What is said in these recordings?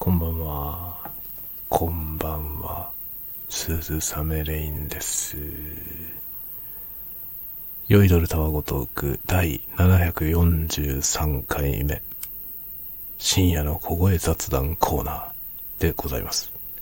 こんばんは。こんばんは。鈴雨レインです。酔いどるタワゴトーク第743回目。深夜の小声雑談コーナーでございます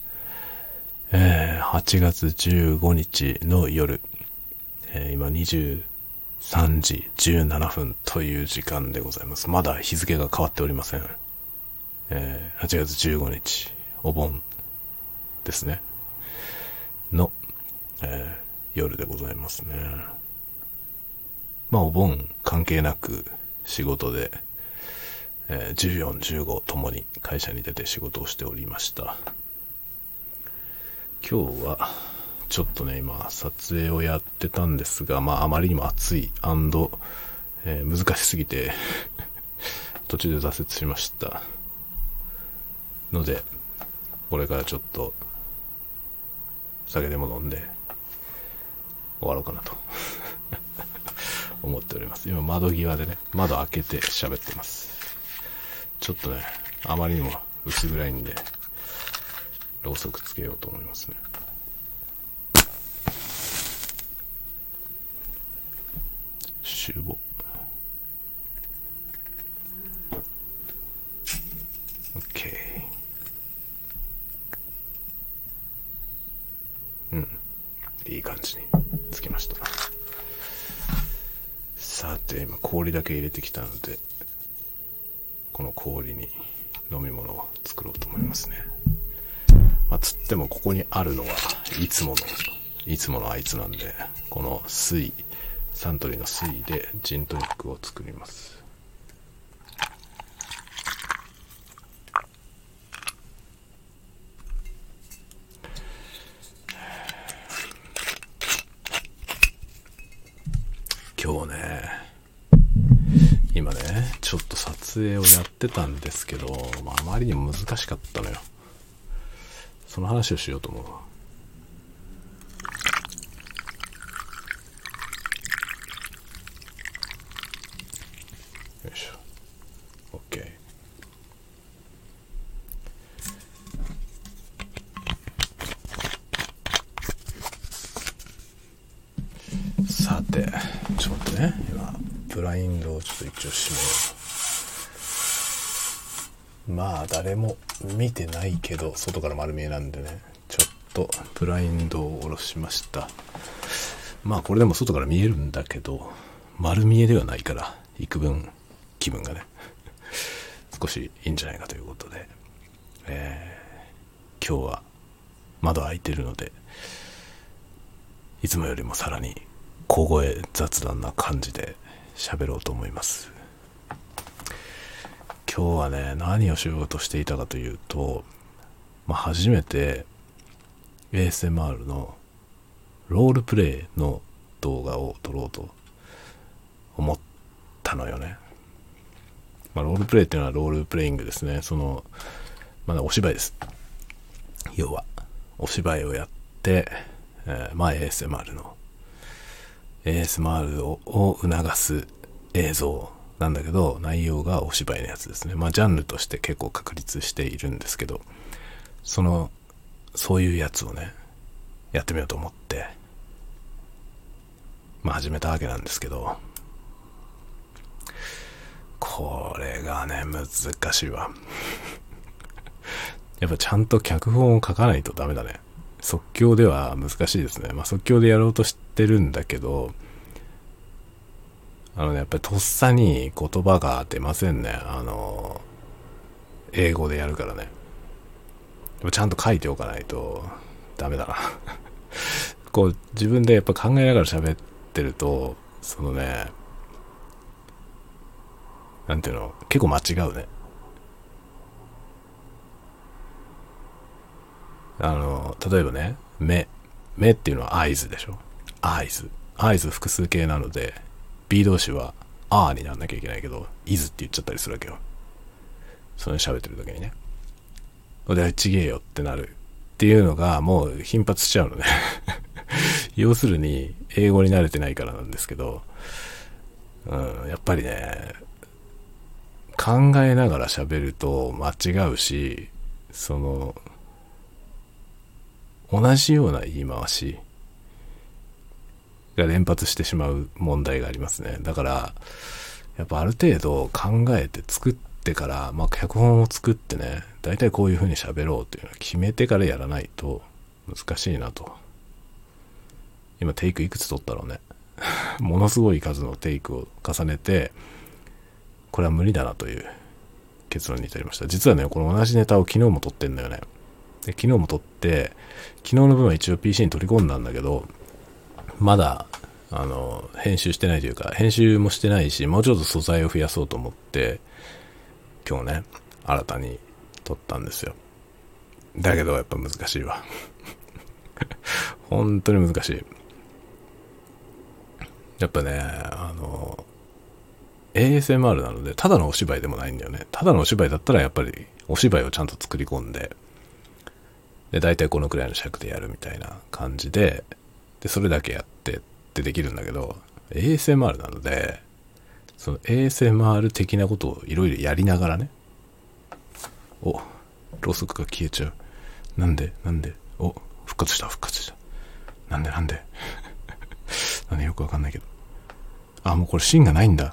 。8月15日の夜、今23時17分という時間でございます。まだ日付が変わっておりません。8月15日、お盆ですね。の、夜でございますね。まあお盆関係なく仕事で、14、15ともに会社に出て仕事をしておりました。今日はちょっとね今撮影をやってたんですが、あまりにも暑い&、難しすぎて途中で挫折しましたので、これからちょっと酒でも飲んで終わろうかなと思っております。今窓際でね、窓開けて喋ってます。ちょっとね、あまりにも薄暗いんでろうそくつけようと思いますね。集合。 OK。 いい感じにつきました。さて今氷だけ入れてきたので、この氷に飲み物を作ろうと思いますね。つってもここにあるのはいつものあいつなんで、このサントリーの水でジントニックを作ります。今日ね、今ねちょっと撮影をやってたんですけど、あまりにも難しかったのよ。その話をしようと思うわ。よいしょ。 OK。 さてちょっとね、今ブラインドをちょっと一応閉めよう。誰も見てないけど外から丸見えなんでね、ちょっとブラインドを下ろしました。これでも外から見えるんだけど丸見えではないから、幾分気分がね少しいいんじゃないかということで、今日は窓開いてるので、いつもよりもさらに小声雑談な感じで喋ろうと思います。今日はね、何をしようとしていたかというと、初めて ASMR のロールプレイの動画を撮ろうと思ったのよね。ロールプレイっていうのはロールプレイングですね。お芝居です。要はお芝居をやって、ASMR を促す映像なんだけど、内容がお芝居のやつですね。ジャンルとして結構確立しているんですけど、そういうやつをねやってみようと思って始めたわけなんですけど、これがね難しいわやっぱちゃんと脚本を書かないとダメだね。即興では難しいですね。即興でやろうとしてるんだけど、やっぱりとっさに言葉が出ませんね。英語でやるからね。ちゃんと書いておかないとダメだな自分でやっぱ考えながら喋ってると、なんていうの、結構間違うね。例えばね、目っていうのは合図でしょ。合図複数形なので B 動詞はあーになんなきゃいけないけど、いずって言っちゃったりするわけよ。それ喋ってる時にね。で、ちげえよってなるっていうのがもう頻発しちゃうのね要するに英語に慣れてないからなんですけど、やっぱりね、考えながら喋ると間違うし、 その同じような言い回しが連発してしまう問題がありますね。だからやっぱある程度考えて作ってから、まあ脚本を作ってね、だいたいこういう風に喋ろうっていうのを決めてからやらないと難しいなと。今テイクいくつ取ったろうね。ものすごい数のテイクを重ねて、これは無理だなという結論に至りました。実はね、この同じネタを昨日も撮ってんだよね。で、昨日も撮って、昨日の分は一応 PC に取り込んだんだけど、まだ編集してないというか、編集もしてないし、もうちょっと素材を増やそうと思って、今日ね、新たに撮ったんですよ。だけどやっぱ難しいわ。本当に難しい。やっぱね、ASMR なので、ただのお芝居でもないんだよね。ただのお芝居だったらやっぱりお芝居をちゃんと作り込んで、で、大体このくらいの尺でやるみたいな感じで、で、それだけやってってできるんだけど、ASMR なので、その ASMR 的なことをいろいろやりながらね、お、ろうそくが消えちゃう。なんでお、復活した。なんでなんでよくわかんないけど。あ、もうこれ芯がないんだ。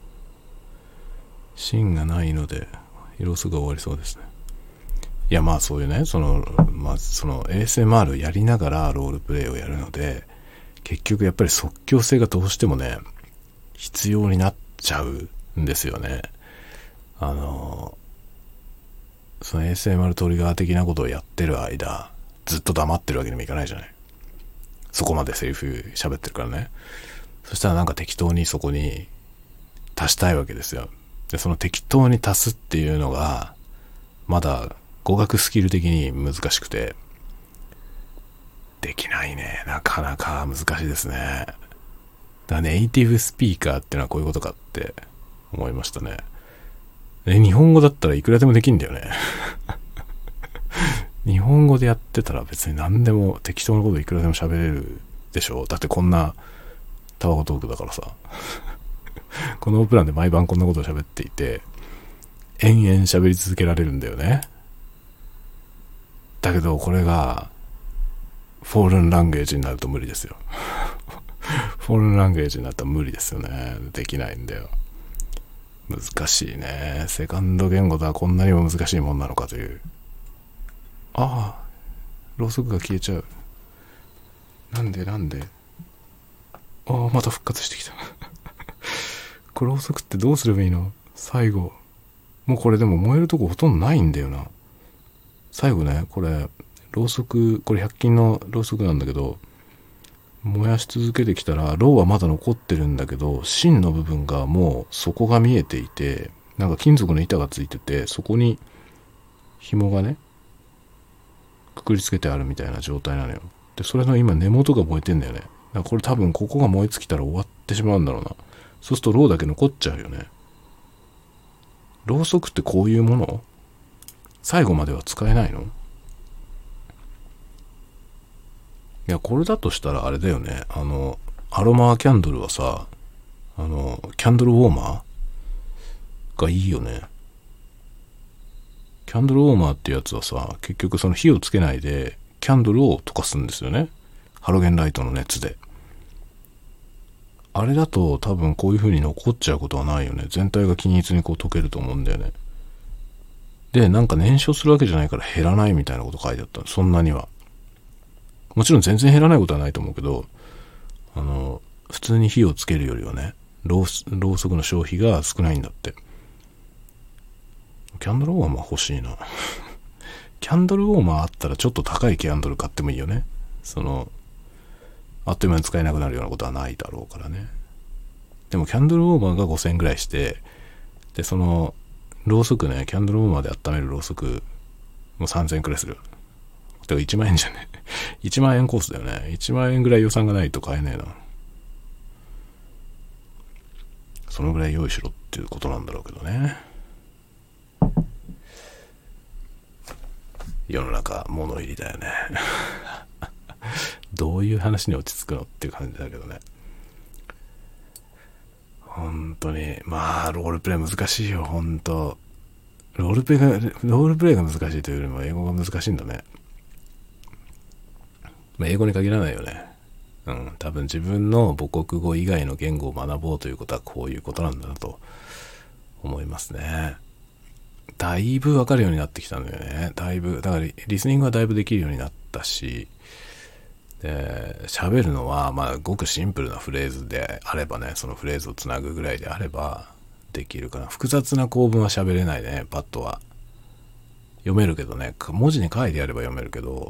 芯がないので、ろうそくが終わりそうですね。いや、まあそういうね、その ASMR をやりながらロールプレイをやるので、結局やっぱり即興性がどうしてもね、必要になっちゃうんですよね。その ASMR トリガー的なことをやってる間、ずっと黙ってるわけにもいかないじゃない。そこまでセリフ喋ってるからね。そしたらなんか適当にそこに足したいわけですよ。で、その適当に足すっていうのが、まだ語学スキル的に難しくて、できないね。なかなか難しいですね。だからネイティブスピーカーってのはこういうことかって思いましたね。日本語だったらいくらでもできんだよね。日本語でやってたら別に何でも適当なこといくらでも喋れるでしょ。だってこんなタワゴトークだからさ。このプランで毎晩こんなことを喋っていて、延々喋り続けられるんだよね。だけどこれがフォールンランゲージになると無理ですよ。フォールンランゲージになったら無理ですよね。できないんだよ。難しいね。セカンド言語とはこんなにも難しいもんなのかという。ああ、ろうそくが消えちゃう。なんでああ、また復活してきた。これろうそくってどうすればいいの？最後。もうこれでも燃えるとこほとんどないんだよな。最後ね、これ、ろうそく、これ100均のろうそくなんだけど、燃やし続けてきたら、ろうはまだ残ってるんだけど、芯の部分がもう底が見えていて、なんか金属の板がついてて、そこに紐がね、くくりつけてあるみたいな状態なのよ。で、それの今根元が燃えてんだよね。だからこれ多分ここが燃え尽きたら終わってしまうんだろうな。そうするとろうだけ残っちゃうよね。ろうそくってこういうもの？最後までは使えないの？いや、これだとしたらあれだよね。アロマキャンドルはさ、キャンドルウォーマーがいいよね。キャンドルウォーマーってやつはさ、結局その火をつけないで、キャンドルを溶かすんですよね。ハロゲンライトの熱で。あれだと多分こういう風に残っちゃうことはないよね。全体が均一にこう溶けると思うんだよね。で、なんか燃焼するわけじゃないから減らないみたいなこと書いてあった。そんなには。もちろん全然減らないことはないと思うけど、普通に火をつけるよりはね、ろうそくの消費が少ないんだって。キャンドルウォーマー欲しいな。キャンドルウォーマーあったらちょっと高いキャンドル買ってもいいよね。あっという間に使えなくなるようなことはないだろうからね。でもキャンドルウォーマーが5000円ぐらいして、で、ろうそくね、キャンドルウォーマーで温めるろうそく、もう3000円くらいする。てか1万円じゃね。1万円コースだよね。1万円ぐらい予算がないと買えねえな。そのぐらい用意しろっていうことなんだろうけどね。世の中物入りだよね。どういう話に落ち着くのっていう感じだけどね。本当に、まあロールプレイ難しいよ、本当。 ロールプレイが難しいというよりも英語が難しいんだね。まあ、英語に限らないよね。多分自分の母国語以外の言語を学ぼうということはこういうことなんだなと思いますね。だいぶわかるようになってきたんだよね。だいぶ。だからリスニングはだいぶできるようになったし、で、喋るのはまあごくシンプルなフレーズであればね、そのフレーズをつなぐぐらいであればできるかな。複雑な構文は喋れないね、パッとは。読めるけどね、文字に書いてあれば読めるけど、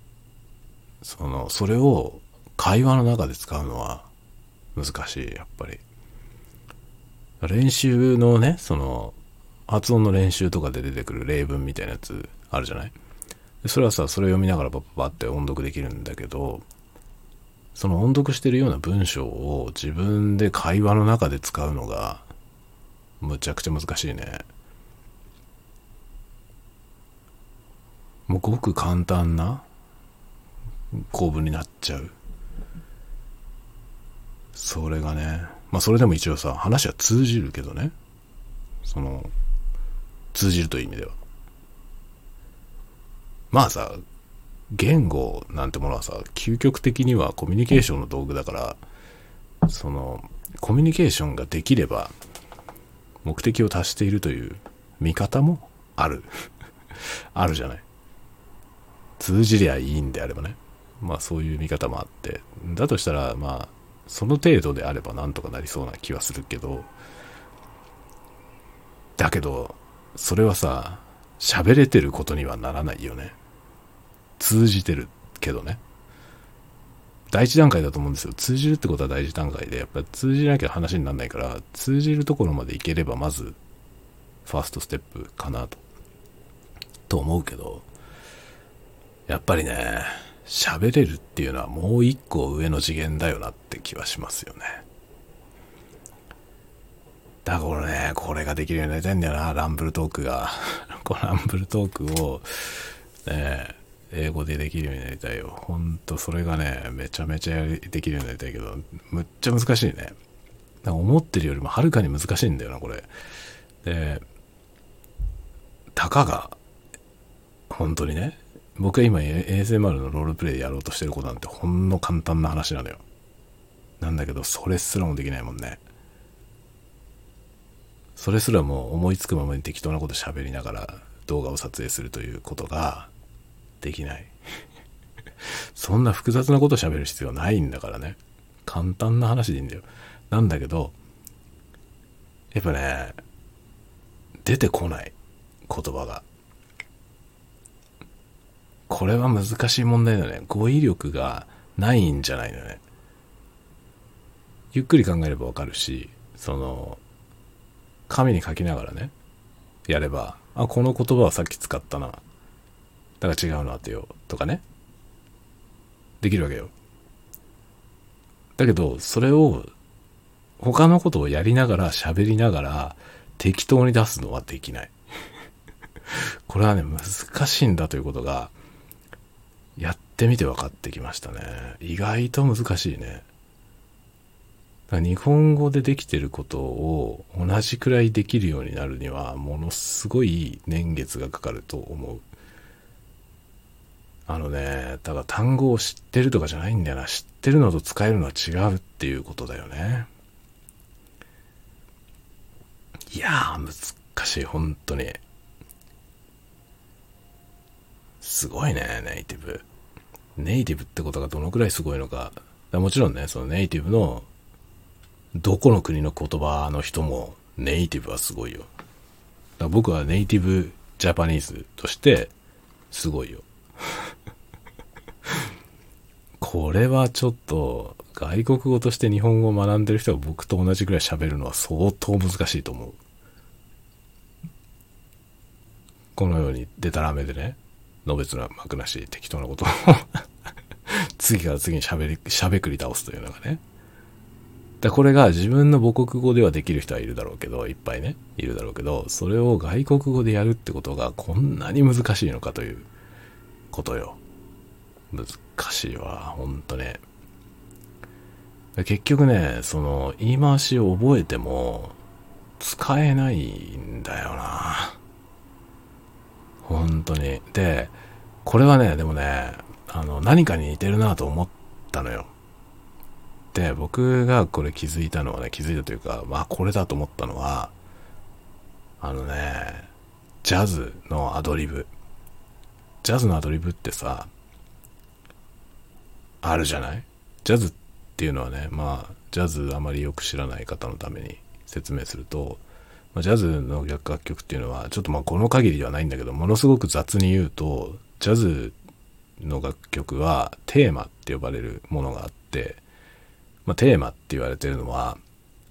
それを会話の中で使うのは難しい、やっぱり。練習のね、発音の練習とかで出てくる例文みたいなやつあるじゃない。それはさ、それを読みながらパッパッって音読できるんだけど、その音読してるような文章を自分で会話の中で使うのがむちゃくちゃ難しいね。もうごく簡単な構文になっちゃう。それがね、まあそれでも一応さ、話は通じるけどね。通じるという意味では。まあさ、言語なんてものはさ、究極的にはコミュニケーションの道具だから、コミュニケーションができれば、目的を達しているという見方もある。あるじゃない。通じりゃいいんであればね。まあそういう見方もあって。だとしたら、まあ、その程度であればなんとかなりそうな気はするけど、だけど、それはさ、喋れてることにはならないよね。通じてるけどね。第一段階だと思うんですよ。通じるってことは第一段階で、やっぱり通じなきゃ話にならないから、通じるところまでいければまず、ファーストステップかなと思うけど、やっぱりね、喋れるっていうのはもう一個上の次元だよなって気はしますよね。だからね、これができるようになりたいんだよな、ランブルトークが。このランブルトークを、ね、英語でできるようになりたいよ。ほんと、それがね、めちゃめちゃできるようになりたいけど、むっちゃ難しいね。なんか思ってるよりもはるかに難しいんだよな、これ。で、たかが、本当にね、僕が今 ASMR のロールプレイやろうとしてることなんてほんの簡単な話なのよ。なんだけど、それすらもできないもんね。それすらも思いつくままに適当なこと喋りながら動画を撮影するということができない。そんな複雑なこと喋る必要ないんだからね。簡単な話でいいんだよ。なんだけど、やっぱね、出てこない。言葉が。これは難しい問題だね。語彙力がないんじゃないのね。ゆっくり考えればわかるし、紙に書きながらね、やれば、あ、この言葉はさっき使ったな。だから違うの当てよう。とかね。できるわけよ。だけど、それを、他のことをやりながら、喋りながら、適当に出すのはできない。これはね、難しいんだということが、やってみて分かってきましたね。意外と難しいね。日本語でできてることを同じくらいできるようになるにはものすごい年月がかかると思う。だから単語を知ってるとかじゃないんだよな。知ってるのと使えるのは違うっていうことだよね。いやー難しい、本当に。すごいね、ネイティブ。ネイティブってことがどのくらいすごいのか。もちろんね、そのネイティブのどこの国の言葉の人もネイティブはすごいよ。だから僕はネイティブジャパニーズとしてすごいよ。これはちょっと外国語として日本語を学んでる人が僕と同じくらい喋るのは相当難しいと思う。このようにデタラメでね、のべつな幕なし適当なことを次から次にしゃべくり倒すというのがね。だこれが自分の母国語ではできる人はいるだろうけど、いっぱいね、いるだろうけど、それを外国語でやるってことがこんなに難しいのかということよ。難しいわ、ほんとね。結局ね、言い回しを覚えても使えないんだよな。 本当に。で、これはね、でもね、何かに似てるなと思ったのよ。で、僕がこれ気づいたというか、まあこれだと思ったのは、ジャズのアドリブ。ジャズのアドリブってさ、あるじゃない？ジャズっていうのはね、まあ、ジャズあまりよく知らない方のために説明すると、ジャズの楽曲っていうのは、ちょっとまあこの限りではないんだけど、ものすごく雑に言うと、ジャズの楽曲はテーマって呼ばれるものがあって、テーマって言われてるのは、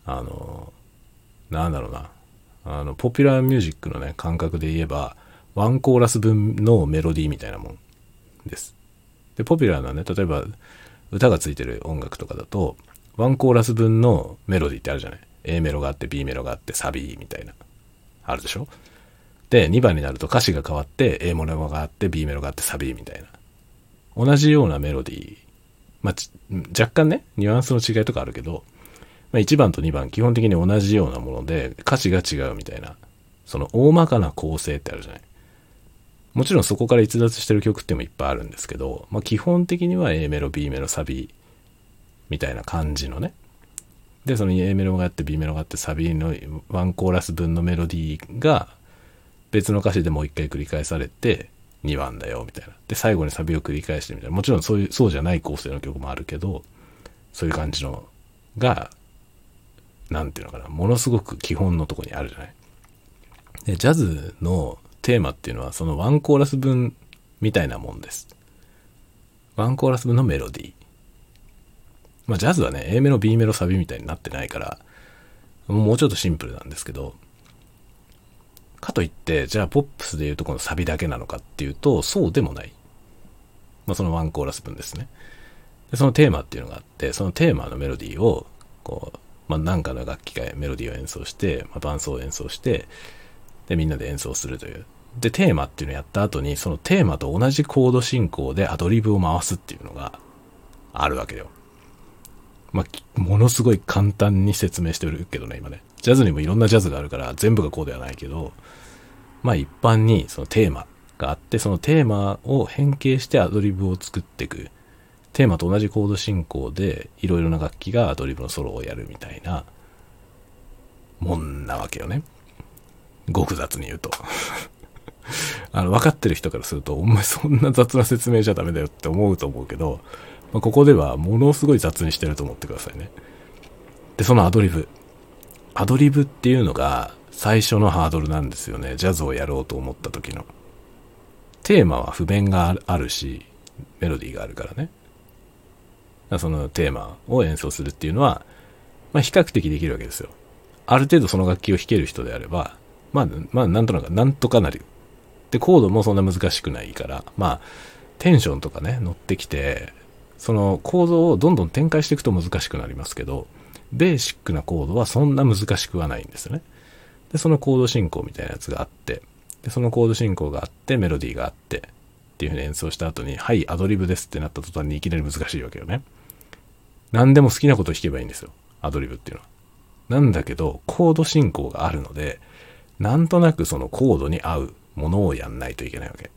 なんだろうな、ポピュラーミュージックのね、感覚で言えば、ワンコーラス分のメロディーみたいなもんです。で、ポピュラーなね、例えば歌がついてる音楽とかだと、ワンコーラス分のメロディーってあるじゃない。A メロがあって B メロがあってサビみたいな。あるでしょ？で、2番になると歌詞が変わって A メロがあって B メロがあってサビみたいな。同じようなメロディー。若干ね、ニュアンスの違いとかあるけど、1番と2番基本的に同じようなもので歌詞が違うみたいな。その大まかな構成ってあるじゃない。もちろんそこから逸脱してる曲ってもいっぱいあるんですけど、基本的には A メロ、B メロ、サビみたいな感じのね。で、その A メロがあって B メロがあってサビのワンコーラス分のメロディーが別の歌詞でもう一回繰り返されて2番だよみたいな。で、最後にサビを繰り返してみたいな。もちろんそうじゃない構成の曲もあるけど、そういう感じのが、なんていうのかな、ものすごく基本のとこにあるじゃない。で、ジャズのテーマっていうのはそのワンコーラス分みたいなもんです。ワンコーラス分のメロディー。ジャズはね、A メロ、B メロ、サビみたいになってないから、もうちょっとシンプルなんですけど、かといって、じゃあポップスでいうとこのサビだけなのかっていうと、そうでもない。そのワンコーラス分ですね。で、そのテーマっていうのがあって、そのテーマのメロディーを、なんかの楽器がメロディーを演奏して、伴奏を演奏して、で、みんなで演奏するという。で、テーマっていうのをやった後に、そのテーマと同じコード進行でアドリブを回すっていうのがあるわけよ。ものすごい簡単に説明してるけどね、今ね。ジャズにもいろんなジャズがあるから、全部がこうではないけど、一般にそのテーマがあって、そのテーマを変形してアドリブを作っていく。テーマと同じコード進行で、いろいろな楽器がアドリブのソロをやるみたいな、もんなわけよね。ごく雑に言うと。分かってる人からすると、お前そんな雑な説明じゃダメだよって思うと思うけど、ここではものすごい雑にしてると思ってくださいね。で、そのアドリブっていうのが最初のハードルなんですよね。ジャズをやろうと思った時の。テーマは譜面があるし、メロディーがあるからね。そのテーマを演奏するっていうのは、比較的できるわけですよ。ある程度その楽器を弾ける人であれば、なんとかなる。で、コードもそんな難しくないから、テンションとかね、乗ってきて、そのコードをどんどん展開していくと難しくなりますけど、ベーシックなコードはそんな難しくはないんですよね。で、そのコード進行みたいなやつがあって、で、そのコード進行があって、メロディーがあって、っていう風に演奏した後に、はい、アドリブですってなった途端にいきなり難しいわけよね。何でも好きなことを弾けばいいんですよ。アドリブっていうのは。なんだけど、コード進行があるので、なんとなくそのコードに合うものをやんないといけないわけ。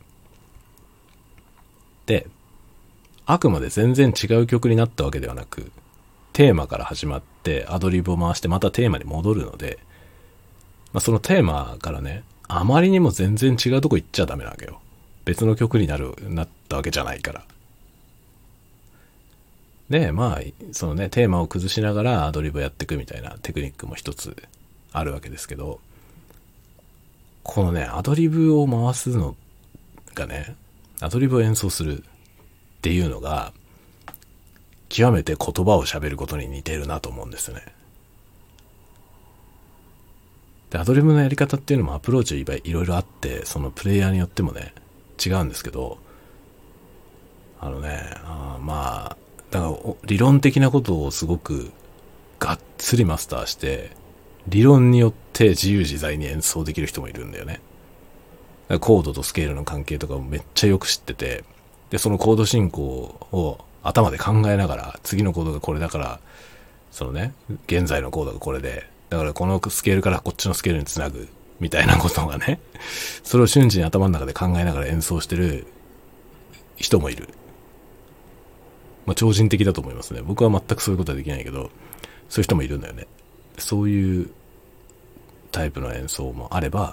で、あくまで全然違う曲になったわけではなく、テーマから始まってアドリブを回してまたテーマに戻るので、そのテーマからね、あまりにも全然違うとこ行っちゃダメなわけよ。別の曲になったわけじゃないから。で、そのね、テーマを崩しながらアドリブをやっていくみたいなテクニックも一つあるわけですけど、このね、アドリブを回すのがね、アドリブを演奏するっていうのが、極めて言葉を喋ることに似てるなと思うんですよね。で、アドリブのやり方っていうのもアプローチいろいろあって、そのプレイヤーによってもね、違うんですけど、だから理論的なことをすごくがっつりマスターして、理論によって自由自在に演奏できる人もいるんだよね。コードとスケールの関係とかもめっちゃよく知ってて、で、そのコード進行を頭で考えながら、次のコードがこれだから、そのね、現在のコードがこれで、だからこのスケールからこっちのスケールにつなぐみたいなことがね、それを瞬時に頭の中で考えながら演奏してる人もいる。まあ、超人的だと思いますね。僕は全くそういうことはできないけど、そういう人もいるんだよね。そういうタイプの演奏もあれば、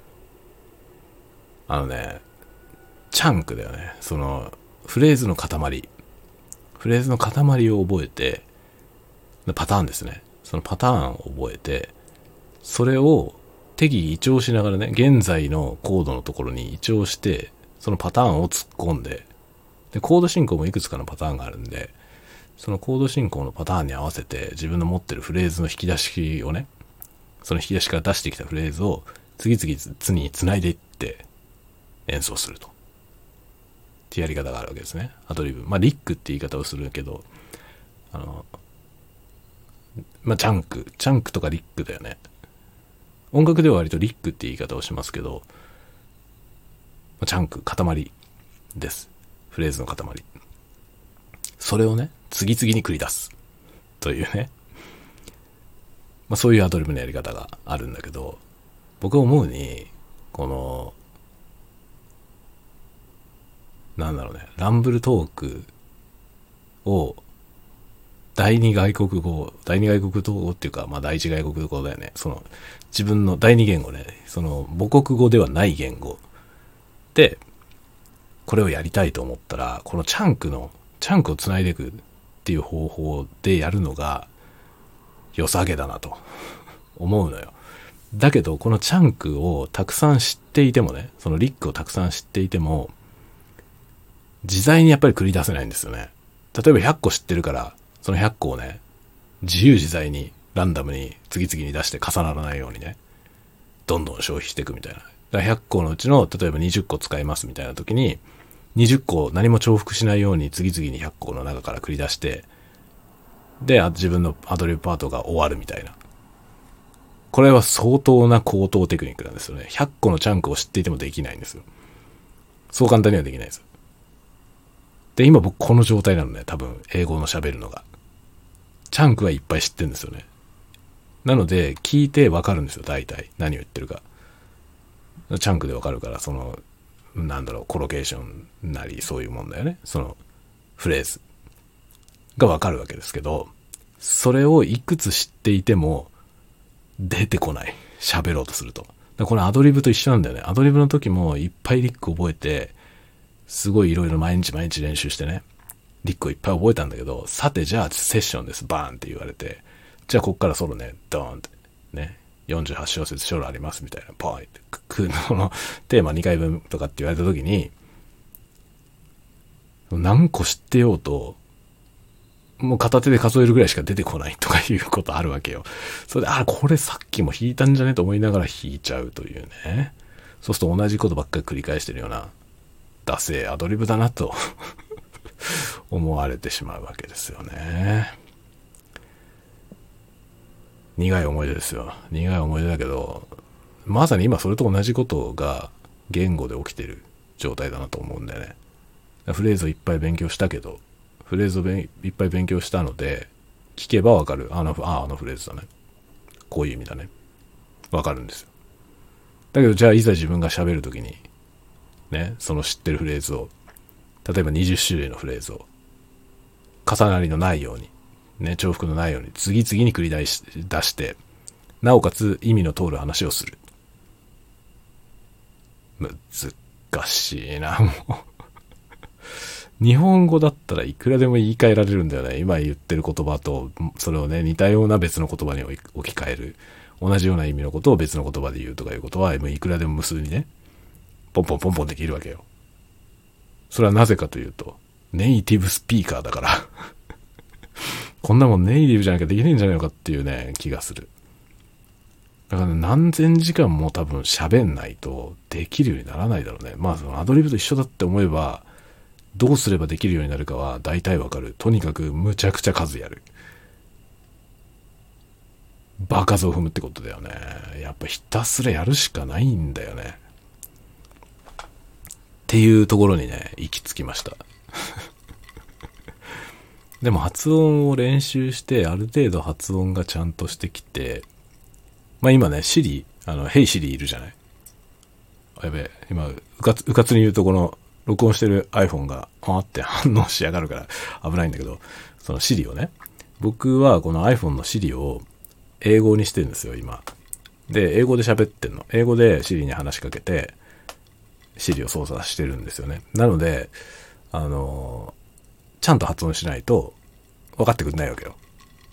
チャンクだよね。その、フレーズの塊を覚えて、パターンですね。そのパターンを覚えて、それを適宜移調しながらね、現在のコードのところに移調して、そのパターンを突っ込んで、で、コード進行もいくつかのパターンがあるんで、そのコード進行のパターンに合わせて自分の持ってるフレーズの引き出しをね、その引き出しから出してきたフレーズを次々に繋いでいって演奏すると。ってやり方があるわけですね。アドリブ。まあ、リックって言い方をするけど、まあ、チャンクとかリックだよね。音楽では割とリックって言い方をしますけど、まあ、チャンク、塊です。フレーズの塊。それをね、次々に繰り出す。というね。まあ、そういうアドリブのやり方があるんだけど、僕は思うに、この、なんだろうね、ランブルトークを第二外国語っていうか、まあ第一外国語だよね。その自分の第二言語ね、その母国語ではない言語で、これをやりたいと思ったら、このチャンクをつないでいくっていう方法でやるのが良さげだなと思うのよ。だけど、このチャンクをたくさん知っていてもね、そのリックをたくさん知っていても、自在にやっぱり繰り出せないんですよね。例えば100個知ってるから、その100個をね、自由自在にランダムに次々に出して重ならないようにね、どんどん消費していくみたいな。だから100個のうちの、例えば20個使いますみたいな時に、20個何も重複しないように次々に100個の中から繰り出して、で、自分のアドリブパートが終わるみたいな。これは相当な高等テクニックなんですよね。100個のチャンクを知っていてもできないんですよ。そう簡単にはできないですよ。で、今僕この状態なのね、多分、英語の喋るのが。チャンクはいっぱい知ってるんですよね。なので、聞いてわかるんですよ、大体。何を言ってるか。チャンクでわかるから、その、なんだろう、コロケーションなり、そういうもんだよね。その、フレーズがわかるわけですけど、それをいくつ知っていても、出てこない。喋ろうとすると。これアドリブと一緒なんだよね。アドリブの時もいっぱいリック覚えて、すごいいろいろ毎日練習してね、リックをいっぱい覚えたんだけど、さてじゃあセッションです、バーンって言われて、じゃあこっからソロね、ドーンって、ね、48小節ソロありますみたいな、ポーンって、このテーマ2回分とかって言われた時に、何個知ってようと、もう片手で数えるぐらいしか出てこないとかいうことあるわけよ。それで、これさっきも弾いたんじゃねと思いながら弾いちゃうというね。そうすると同じことばっかり繰り返してるような、ダセーアドリブだなと思われてしまうわけですよね。苦い思い出ですよ。苦い思い出だけど、まさに今それと同じことが言語で起きてる状態だなと思うんだよね。フレーズをいっぱい勉強したけど、フレーズをいっぱい勉強したので、聞けばわかる。あのフレーズだね。こういう意味だね。わかるんですよ。だけどじゃあいざ自分が喋るときに、ね、その知ってるフレーズを、例えば20種類のフレーズを、重なりのないように、ね、重複のないように、次々に繰り出して、なおかつ意味の通る話をする。難しいな、もう。日本語だったらいくらでも言い換えられるんだよね。今言ってる言葉と、それをね、似たような別の言葉に置き換える。同じような意味のことを別の言葉で言うとかいうことは、もういくらでも無数にね、ポンポンポンポンできるわけよ。それはなぜかというと、ネイティブスピーカーだから。こんなもんネイティブじゃなきゃできないんじゃないのかっていうね、気がする。だから何千時間も多分喋んないとできるようにならないだろうね。まあそのアドリブと一緒だって思えば、どうすればできるようになるかは大体わかる。とにかくむちゃくちゃ数やる。場数を踏むってことだよね。やっぱひたすらやるしかないんだよね。っていうところにね、行き着きました。でも発音を練習して、ある程度発音がちゃんとしてきて、まあ今ね、 ヘイシリいるじゃない。やべえ、今、うかつに言うとこの、録音してる iPhone が、って反応しやがるから危ないんだけど、その Siri をね、僕はこの iPhone の Siri を英語にしてるんですよ、今。で、英語で喋ってんの。英語で Siri に話しかけて、Siri を操作してるんですよね。なので、ちゃんと発音しないと分かってくれないわけよ。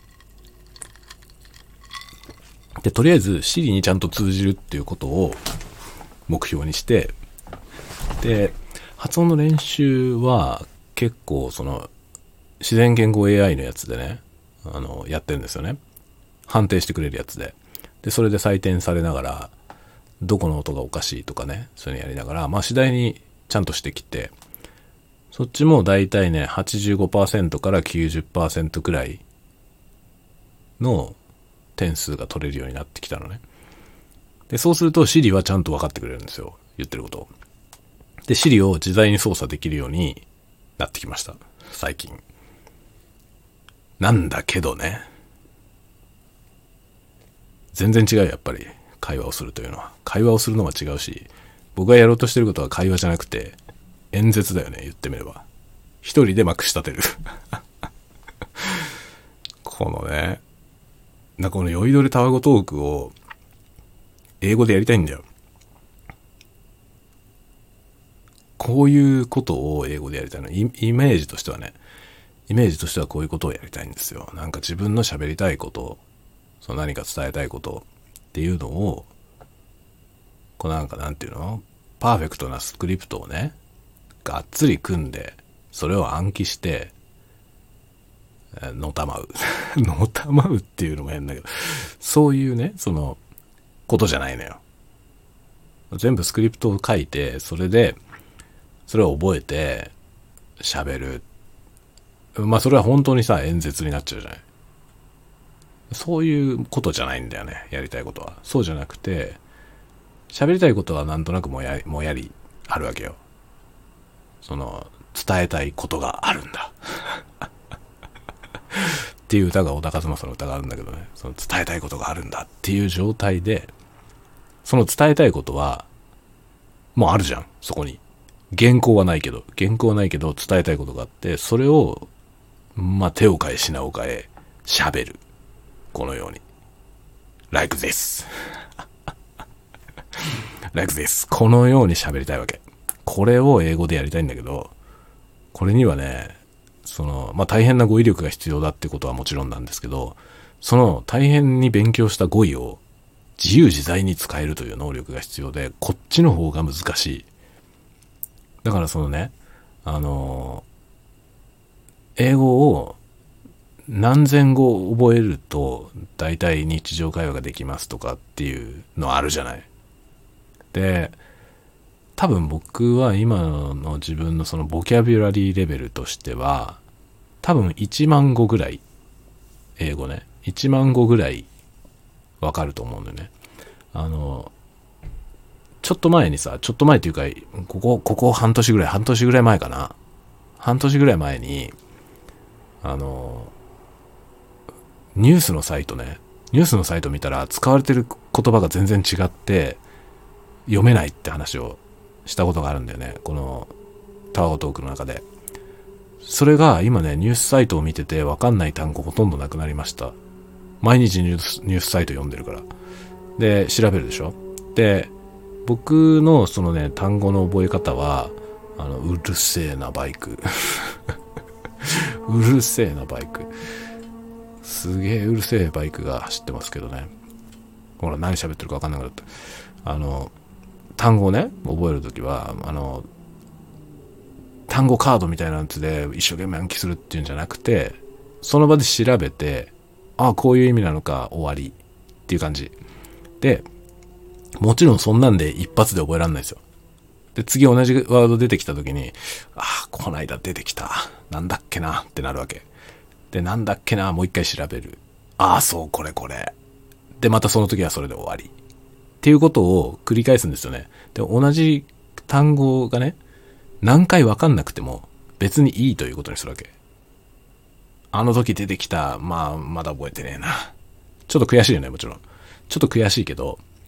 で、とりあえず Siri にちゃんと通じるっていうことを目標にして、で、発音の練習は結構その自然言語 AI のやつでね、やってるんですよね。判定してくれるやつで。で、それで採点されながら、どこの音がおかしいとかね、そういうのやりながら、まあ次第にちゃんとしてきて、そっちもだいたいね、85% から 90% くらいの点数が取れるようになってきたのね。で、そうすると Siri はちゃんと分かってくれるんですよ。言ってることを。で、Siri を自在に操作できるようになってきました。最近。なんだけどね。全然違うよ、やっぱり。会話をするというのは。会話をするのは違うし、僕がやろうとしてることは会話じゃなくて、演説だよね、言ってみれば。一人でまくし立てる。このね、この酔いどれタワゴトークを英語でやりたいんだよ。こういうことを英語でやりたいの。イメージとしてはね、イメージとしてはこういうことをやりたいんですよ。なんか自分の喋りたいこと、その何か伝えたいことっていうのを、こうなんていうの？パーフェクトなスクリプトをね、がっつり組んで、それを暗記して、のたまう。のたまうっていうのも変だけど、そういうね、その、ことじゃないのよ。全部スクリプトを書いて、それを覚えて、喋る。まあそれは本当にさ、演説になっちゃうじゃない。そういうことじゃないんだよね、やりたいことは。そうじゃなくて、喋りたいことはなんとなくもやりあるわけよ。その、伝えたいことがあるんだ。っていう歌が小田和正の歌があるんだけどね、その伝えたいことがあるんだっていう状態で、その伝えたいことは、もうあるじゃん、そこに。原稿はないけど伝えたいことがあって、それを、まあ、手を変え品を変え、喋る。このように。like this. like this. このように喋りたいわけ。これを英語でやりたいんだけど、これにはね、まあ、大変な語彙力が必要だってことはもちろんなんですけど、その大変に勉強した語彙を自由自在に使えるという能力が必要で、こっちの方が難しい。だからそのね、英語を何千語覚えると大体日常会話ができますとかっていうのあるじゃない。で、多分僕は今の自分のそのボキャビュラリーレベルとしては、多分1万語ぐらい、英語ね、1万語ぐらいわかると思うんだよね。ちょっと前っていうか、ここ半年ぐらい前かな。半年ぐらい前に、ニュースのサイト見たら使われてる言葉が全然違って読めないって話をしたことがあるんだよね。このタワゴトークの中で。それが今ね、ニュースサイトを見てて分かんない単語ほとんどなくなりました。毎日ニュースサイト読んでるから。で、調べるでしょ。で、僕のそのね、単語の覚え方は、うるせえなバイク。うるせえなバイク。すげえうるせえバイクが走ってますけどね。ほら、何喋ってるか分かんなくなった。単語をね、覚えるときは、単語カードみたいなやつで一生懸命暗記するっていうんじゃなくて、その場で調べて、こういう意味なのか、終わりっていう感じ。で、もちろんそんなんで一発で覚えられないですよ。で、次同じワード出てきたときに、こないだ出てきた。なんだっけなってなるわけ。で、なんだっけなもう一回調べる。そう、これ。で、またその時はそれで終わり。っていうことを繰り返すんですよね。で、同じ単語がね、何回わかんなくても別にいいということにするわけ。あの時出てきた、まだ覚えてねえな。ちょっと悔しいよね、もちろん。ちょっと悔しいけど、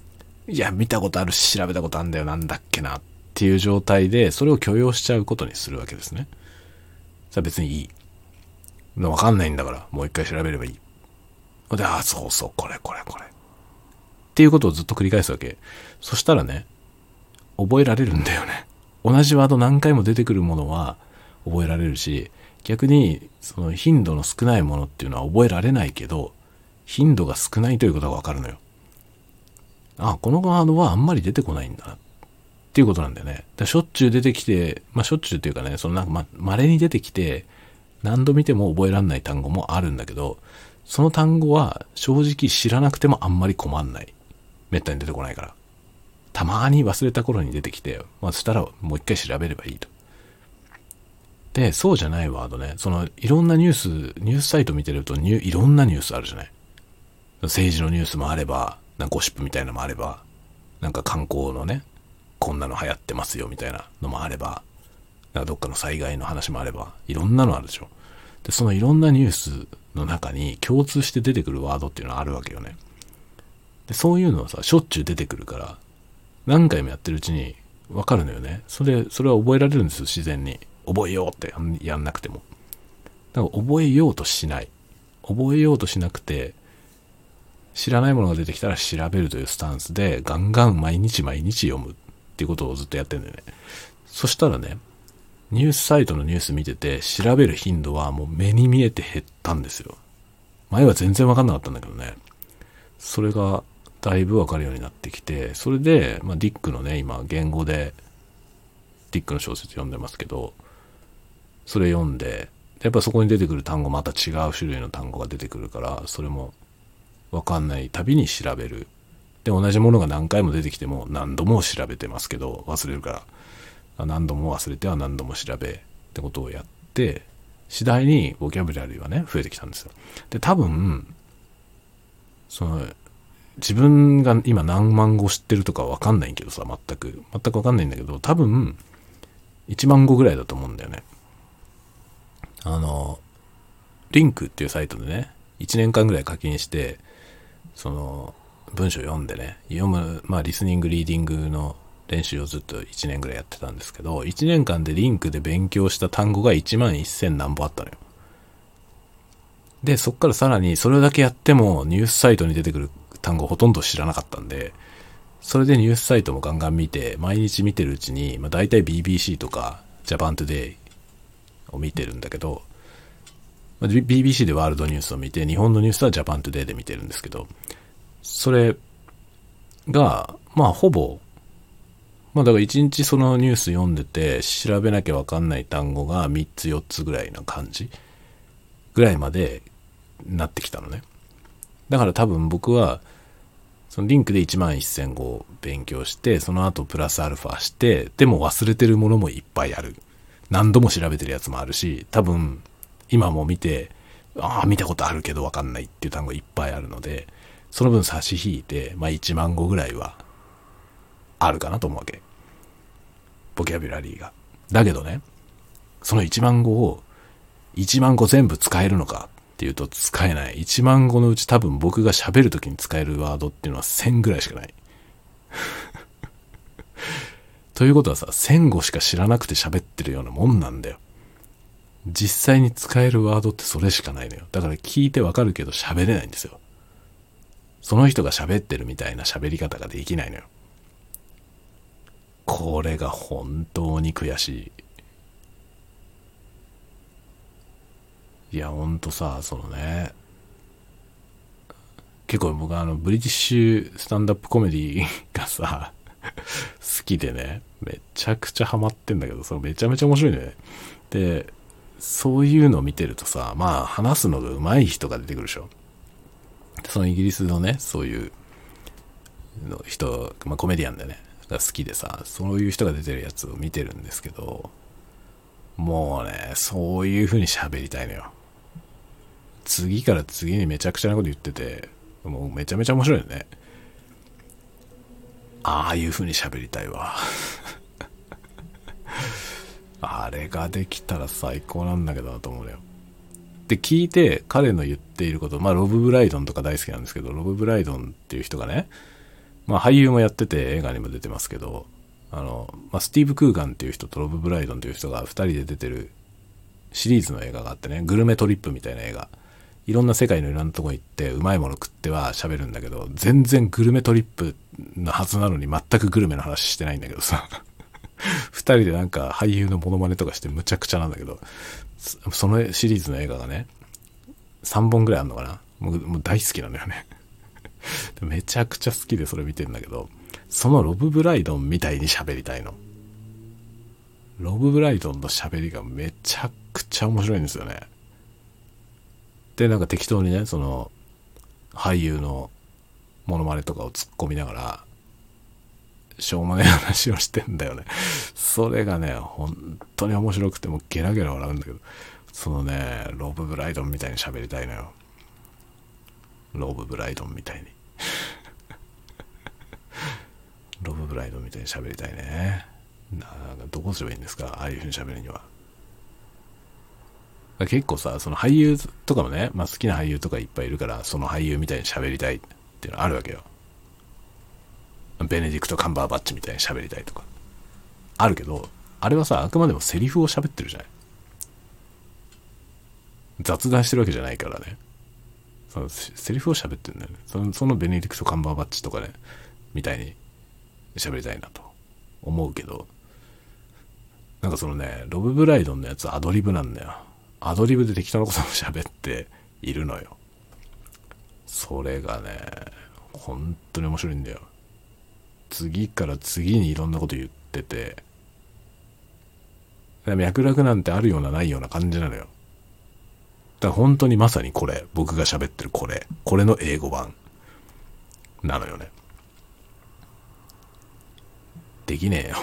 いや、見たことあるし、調べたことあるんだよ、なんだっけなっていう状態で、それを許容しちゃうことにするわけですね。それは別にいい。わかんないんだから、もう一回調べればいい。で、そうそう、これ。っていうことをずっと繰り返すわけ。そしたらね、覚えられるんだよね。同じワード何回も出てくるものは覚えられるし、逆にその頻度の少ないものっていうのは覚えられないけど、頻度が少ないということがわかるのよ。このワードはあんまり出てこないんだなっていうことなんだよね。しょっちゅう出てきて、しょっちゅうっていうかね、そのなんか稀に出てきて、何度見ても覚えられない単語もあるんだけど、その単語は正直知らなくてもあんまり困んない。めったに出てこないから。たまに忘れた頃に出てきて、そしたらもう一回調べればいいと。で、そうじゃないワードね。いろんなニュースサイト見てるといろんなニュースあるじゃない。政治のニュースもあれば、なんかゴシップみたいなのもあれば、なんか観光のね、こんなの流行ってますよみたいなのもあれば、なんかどっかの災害の話もあれば、いろんなのあるでしょ。で、そのいろんなニュースの中に共通して出てくるワードっていうのはあるわけよね。で、そういうのはさ、しょっちゅう出てくるから、何回もやってるうちに分かるのよね。それは覚えられるんですよ、自然に。覚えようってやんなくても。だから覚えようとしない。覚えようとしなくて、知らないものが出てきたら調べるというスタンスで、ガンガン毎日読むっていうことをずっとやってるんだよね。そしたらね、ニュースサイトのニュース見てて、調べる頻度はもう目に見えて減ったんですよ。前は全然分かんなかったんだけどね。それがだいぶ分かるようになってきて、それで、ディックのね、今、言語で、ディックの小説読んでますけど、それ読んで、やっぱそこに出てくる単語、また違う種類の単語が出てくるから、それも分かんないたびに調べる。で、同じものが何回も出てきても、何度も調べてますけど、忘れるから、何度も忘れては何度も調べってことをやって、次第にボキャブラリーはね、増えてきたんですよ。で、多分、自分が今何万語知ってるとかわかんないけどさ、全くわかんないんだけど、多分、1万語ぐらいだと思うんだよね。リンクっていうサイトでね、1年間ぐらい課金して、文章読んでね、リスニング、リーディングの練習をずっと1年ぐらいやってたんですけど、1年間でリンクで勉強した単語が1万1000何本あったのよ。で、そっからさらにそれだけやってもニュースサイトに出てくる単語ほとんど知らなかったんで、それでニュースサイトもガンガン見て、毎日見てるうちに、大体 BBC とか Japan Today を見てるんだけど、BBC でワールドニュースを見て、日本のニュースは Japan Today で見てるんですけど、それが、ほぼ、だから1日そのニュース読んでて、調べなきゃわかんない単語が3つ4つぐらいな感じぐらいまでなってきたのね。だから多分僕は、そのリンクで1万1000語を勉強して、その後プラスアルファして、でも忘れてるものもいっぱいある。何度も調べてるやつもあるし、多分今も見て、見たことあるけどわかんないっていう単語いっぱいあるので、その分差し引いて、1万語ぐらいはあるかなと思うわけ。ボキャブラリーが。だけどね、その1万語を1万語全部使えるのかっていうと使えない。1万語のうち多分僕が喋るときに使えるワードっていうのは1000ぐらいしかない。ということはさ、1000語しか知らなくて喋ってるようなもんなんだよ。実際に使えるワードってそれしかないのよ。だから聞いてわかるけど喋れないんですよ。その人が喋ってるみたいな喋り方ができないのよ。これが本当に悔しい。いや、ほんとさ、結構僕ブリティッシュスタンダップコメディがさ、好きでね、めちゃくちゃハマってんだけど、めちゃめちゃ面白いね。で、そういうのを見てるとさ、話すのが上手い人が出てくるでしょ。そのイギリスのね、そういうの人、コメディアンでね、が好きでさ、そういう人が出てるやつを見てるんですけど、もうね、そういう風に喋りたいのよ。次から次にめちゃくちゃなこと言ってて、もうめちゃめちゃ面白いよね。ああいう風に喋りたいわ。あれができたら最高なんだけどなと思うのよ。で、聞いて彼の言っていること、ロブ・ブライドンとか大好きなんですけど、ロブ・ブライドンっていう人がね、 まあ俳優もやってて映画にも出てますけど、スティーブ・クーガンっていう人とロブ・ブライドンという人が二人で出てるシリーズの映画があってね、グルメトリップみたいな映画。いろんな世界のいろんなとこ行ってうまいもの食っては喋るんだけど、全然グルメトリップのはずなのに全くグルメの話してないんだけどさ。二人でなんか俳優のモノマネとかしてむちゃくちゃなんだけど、そのシリーズの映画がね、3本ぐらいあるのかな。もう大好きなんだよね。めちゃくちゃ好きでそれ見てんだけど、そのロブ・ブライドンみたいに喋りたいの。ロブ・ブライドンの喋りがめちゃくちゃ面白いんですよね。で、なんか適当にね、その俳優のモノマネとかを突っ込みながら、しょうもない話をしてんだよね。それがね、本当に面白くてもうゲラゲラ笑うんだけど、そのね、ロブ・ブライドンみたいに喋りたいのよ。ロブ・ブライドンみたいに。ロブ・ブライドンみたいに喋りたいね。なんかどうすればいいんですか、ああいう風に喋るには。結構さ、その俳優とかもね、まあ好きな俳優とかいっぱいいるから、その俳優みたいに喋りたいっていうのあるわけよ。ベネディクト・カンバーバッチみたいに喋りたいとか。あるけど、あれはさ、あくまでもセリフを喋ってるじゃない。雑談してるわけじゃないからね。そのセリフを喋ってるんだよね。そのベネディクト・カンバーバッチとかね、みたいに喋りたいなと思うけど、なんかそのね、ロブ・ブライドンのやつアドリブなんだよ。アドリブで適当なことを喋っているのよ。それがね、本当に面白いんだよ。次から次にいろんなこと言ってて、脈絡なんてあるようなないような感じなのよ。だから本当にまさにこれ、僕が喋ってるこれの英語版なのよね。できねえよ。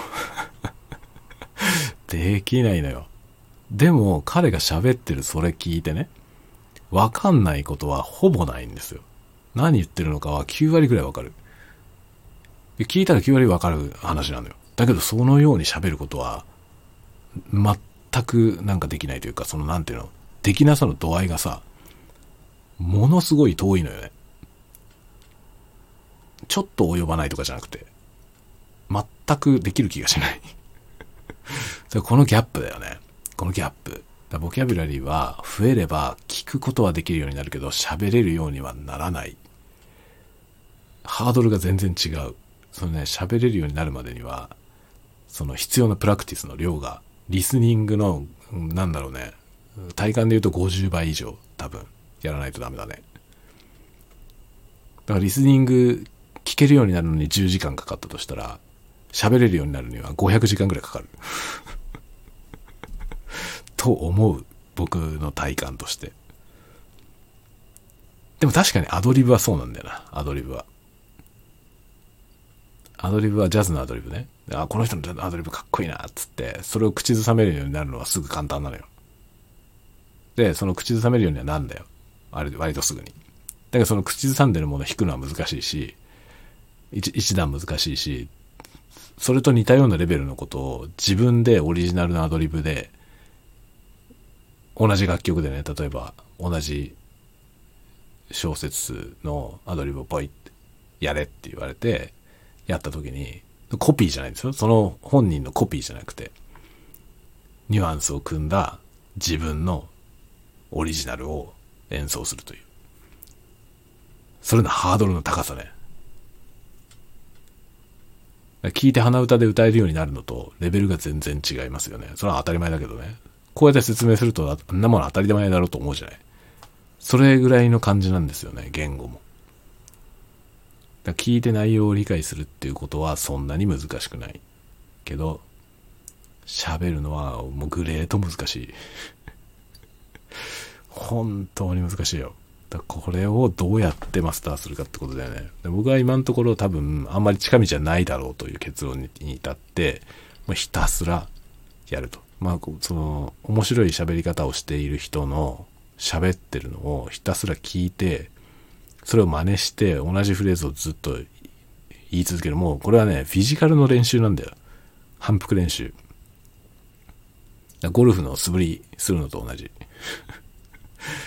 できないのよ。でも彼が喋ってるそれ聞いてね、わかんないことはほぼないんですよ。何言ってるのかは9割くらいわかる。聞いたら9割わかる話なのよ。だけどそのように喋ることは全くなんかできないというか、そのなんていうの、できなさの度合いがさ、ものすごい遠いのよね。ちょっと及ばないとかじゃなくて、全くできる気がしない。このギャップだよね。このギャップ。ボキャブラリーは増えれば聞くことはできるようになるけど、喋れるようにはならない。ハードルが全然違う。そのね、喋れるようになるまでには、その必要なプラクティスの量が、リスニングの、なんだろうね、体感で言うと50倍以上、多分、やらないとダメだね。だからリスニング聞けるようになるのに10時間かかったとしたら、喋れるようになるには500時間ぐらいかかる。と思う、僕の体感として。でも確かにアドリブはそうなんだよな、アドリブは。アドリブはジャズのアドリブね。あ、この人のアドリブかっこいいな、つって、それを口ずさめるようになるのはすぐ簡単なのよ。で、その口ずさめるようにはなんだよ。あれ、割とすぐに。だけどその口ずさんでるものを弾くのは難しいし、一段難しいし、それと似たようなレベルのことを自分でオリジナルのアドリブで、同じ楽曲でね、例えば同じ小説のアドリブをポイってやれって言われて、やった時に、コピーじゃないんですよ。その本人のコピーじゃなくて、ニュアンスを組んだ自分のオリジナルを演奏するという。それのハードルの高さね。聞いて鼻歌で歌えるようになるのとレベルが全然違いますよね。それは当たり前だけどね。こうやって説明するとあんなもの当たり前だろうと思うじゃない。それぐらいの感じなんですよね、言語も。だ聞いて内容を理解するっていうことはそんなに難しくないけど、喋るのはもうグレート難しい。本当に難しいよ。だこれをどうやってマスターするかってことだよね。で僕は今のところ多分あんまり近道じゃないだろうという結論に至って、ひたすらやると。その面白い喋り方をしている人の喋ってるのをひたすら聞いて、それを真似して同じフレーズをずっと言い続ける。もうこれはね、フィジカルの練習なんだよ。反復練習。ゴルフの素振りするのと同じ。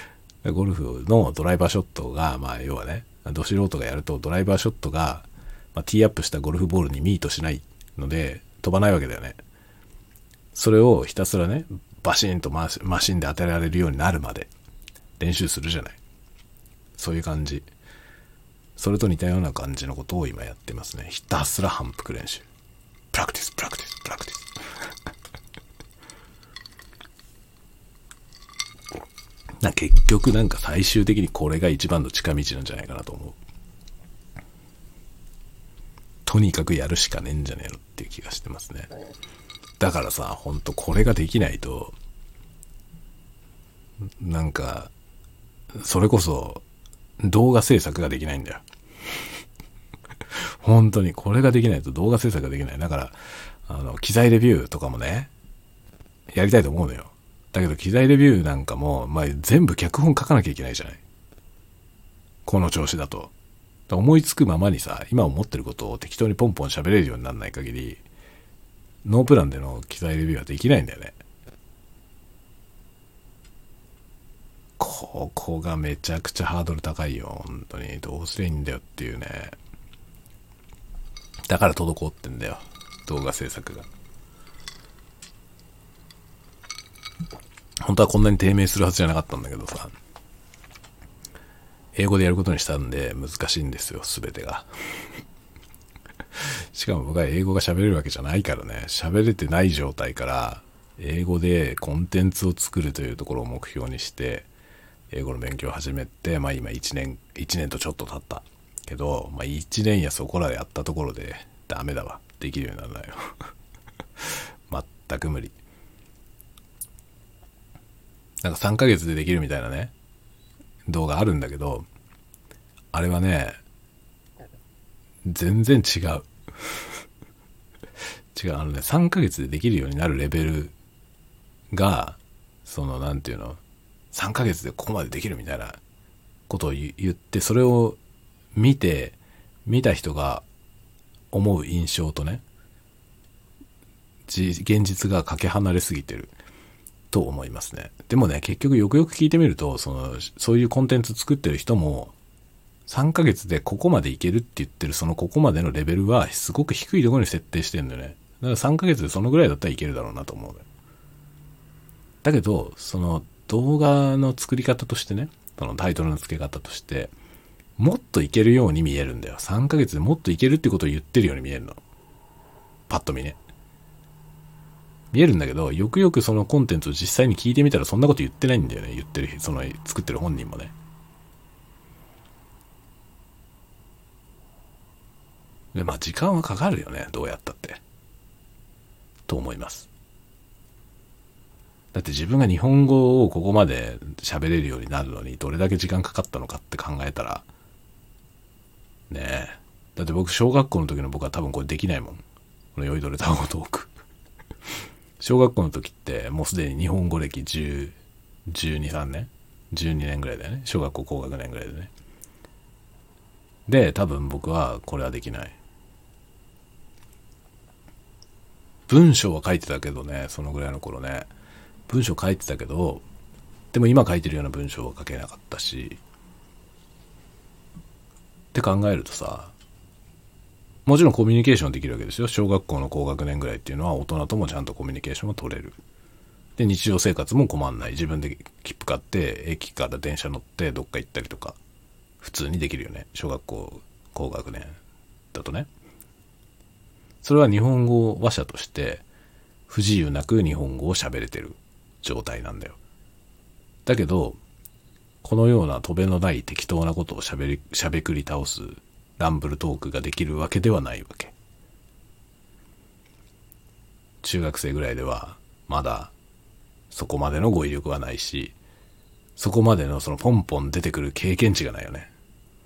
ゴルフのドライバーショットが、要はね、ど素人がやるとドライバーショットがまあ、ティーアップしたゴルフボールにミートしないので飛ばないわけだよね。それをひたすらね、バシーンとマシンで当てられるようになるまで練習するじゃない。そういう感じ。それと似たような感じのことを今やってますね。ひたすら反復練習。プラクティス、プラクティス、プラクティス。結局なんか最終的にこれが一番の近道なんじゃないかなと思う。とにかくやるしかねえんじゃねえのっていう気がしてますね。だからさ、ほんとこれができないと、なんか、それこそ動画制作ができないんだよ。本当にこれができないと動画制作ができない。だから、機材レビューとかもね、やりたいと思うのよ。だけど機材レビューなんかも、まあ、全部脚本書かなきゃいけないじゃない。この調子だと。思いつくままにさ、今思ってることを適当にポンポン喋れるようにならない限り、ノープランでの機材レビューはできないんだよね。ここがめちゃくちゃハードル高いよ。本当に。どうすりゃいいんだよっていうね。だから滞ってんだよ。動画制作が。本当はこんなに低迷するはずじゃなかったんだけどさ。英語でやることにしたんで難しいんですよ、すべてが。しかも僕は英語が喋れるわけじゃないからね。喋れてない状態から、英語でコンテンツを作るというところを目標にして、英語の勉強を始めて、まあ今1年とちょっと経ったけど、まあ1年やそこらでやったところでダメだわ。できるようにならないよ。全く無理。なんか3ヶ月でできるみたいなね、動画あるんだけど、あれはね、全然違う。違う、3ヶ月でできるようになるレベルが、なんていうの、3ヶ月でここまでできるみたいなことを言って、それを見た人が思う印象とね、現実がかけ離れすぎてると思いますね。でもね、結局よくよく聞いてみると、そういうコンテンツ作ってる人も、3ヶ月でここまでいけるって言ってるここまでのレベルはすごく低いところに設定してるんだよね。だから3ヶ月でそのぐらいだったらいけるだろうなと思うのよ。だけど、動画の作り方としてね、タイトルの付け方として、もっといけるように見えるんだよ。3ヶ月でもっといけるってことを言ってるように見えるの。パッと見ね。見えるんだけど、よくよくそのコンテンツを実際に聞いてみたらそんなこと言ってないんだよね。言ってる、作ってる本人もね。で、まあ時間はかかるよね。どうやったって。と思います。だって自分が日本語をここまで喋れるようになるのにどれだけ時間かかったのかって考えたら、ねえ。だって僕小学校の時の僕は多分これできないもん。この酔いどれ単語トーク。小学校の時ってもうすでに日本語歴12、3年 ?12 年ぐらいだよね。小学校高学年ぐらいでね。で、多分僕はこれはできない。文章は書いてたけどね、そのぐらいの頃ね。文章書いてたけど、でも今書いてるような文章は書けなかったし。って考えるとさ、もちろんコミュニケーションできるわけですよ。小学校の高学年ぐらいっていうのは大人ともちゃんとコミュニケーションが取れる。で、日常生活も困んない。自分で切符買って、駅から電車乗ってどっか行ったりとか、普通にできるよね。小学校高学年だとね。それは日本語話者として不自由なく日本語を喋れてる状態なんだよ。だけど、このような飛べのない適当なことをしゃべくり倒すランブルトークができるわけではないわけ。中学生ぐらいではまだそこまでの語彙力はないし、そこまでのポンポン出てくる経験値がないよね。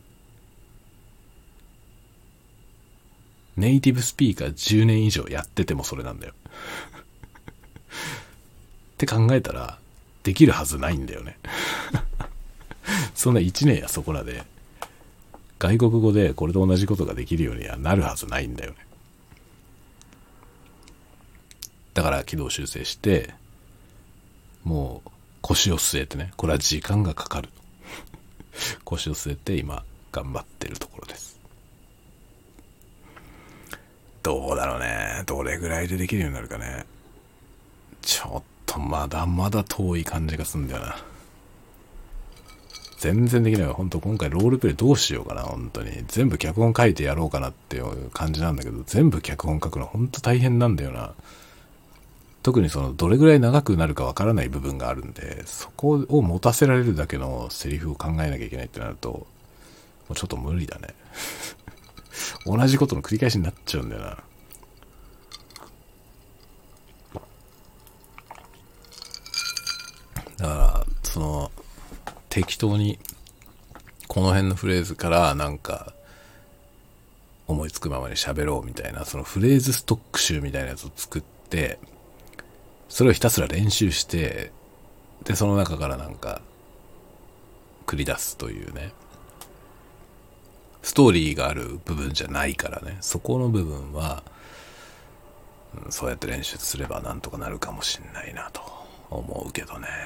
ネイティブスピーカー10年以上やっててもそれなんだよ。って考えたらできるはずないんだよね。そんな1年やそこらで外国語でこれと同じことができるようにはなるはずないんだよね。だから軌道修正してもう腰を据えてね、これは時間がかかる。腰を据えて今頑張ってるところです。 どうだろうね。どれぐらいでできるようになるかね。ちょっとまだまだ遠い感じがするんだよな。全然できないわ。本当今回ロールプレイどうしようかな、本当に。全部脚本書いてやろうかなっていう感じなんだけど、全部脚本書くの本当大変なんだよな。特にそのどれぐらい長くなるかわからない部分があるんで、そこを持たせられるだけのセリフを考えなきゃいけないってなると、もうちょっと無理だね。同じことの繰り返しになっちゃうんだよな。だからその適当にこの辺のフレーズからなんか思いつくままに喋ろうみたいな、そのフレーズストック集みたいなやつを作って、それをひたすら練習して、でその中からなんか繰り出すというね。ストーリーがある部分じゃないからね。そこの部分は、そうやって練習すればなんとかなるかもしんないなと思うけどね。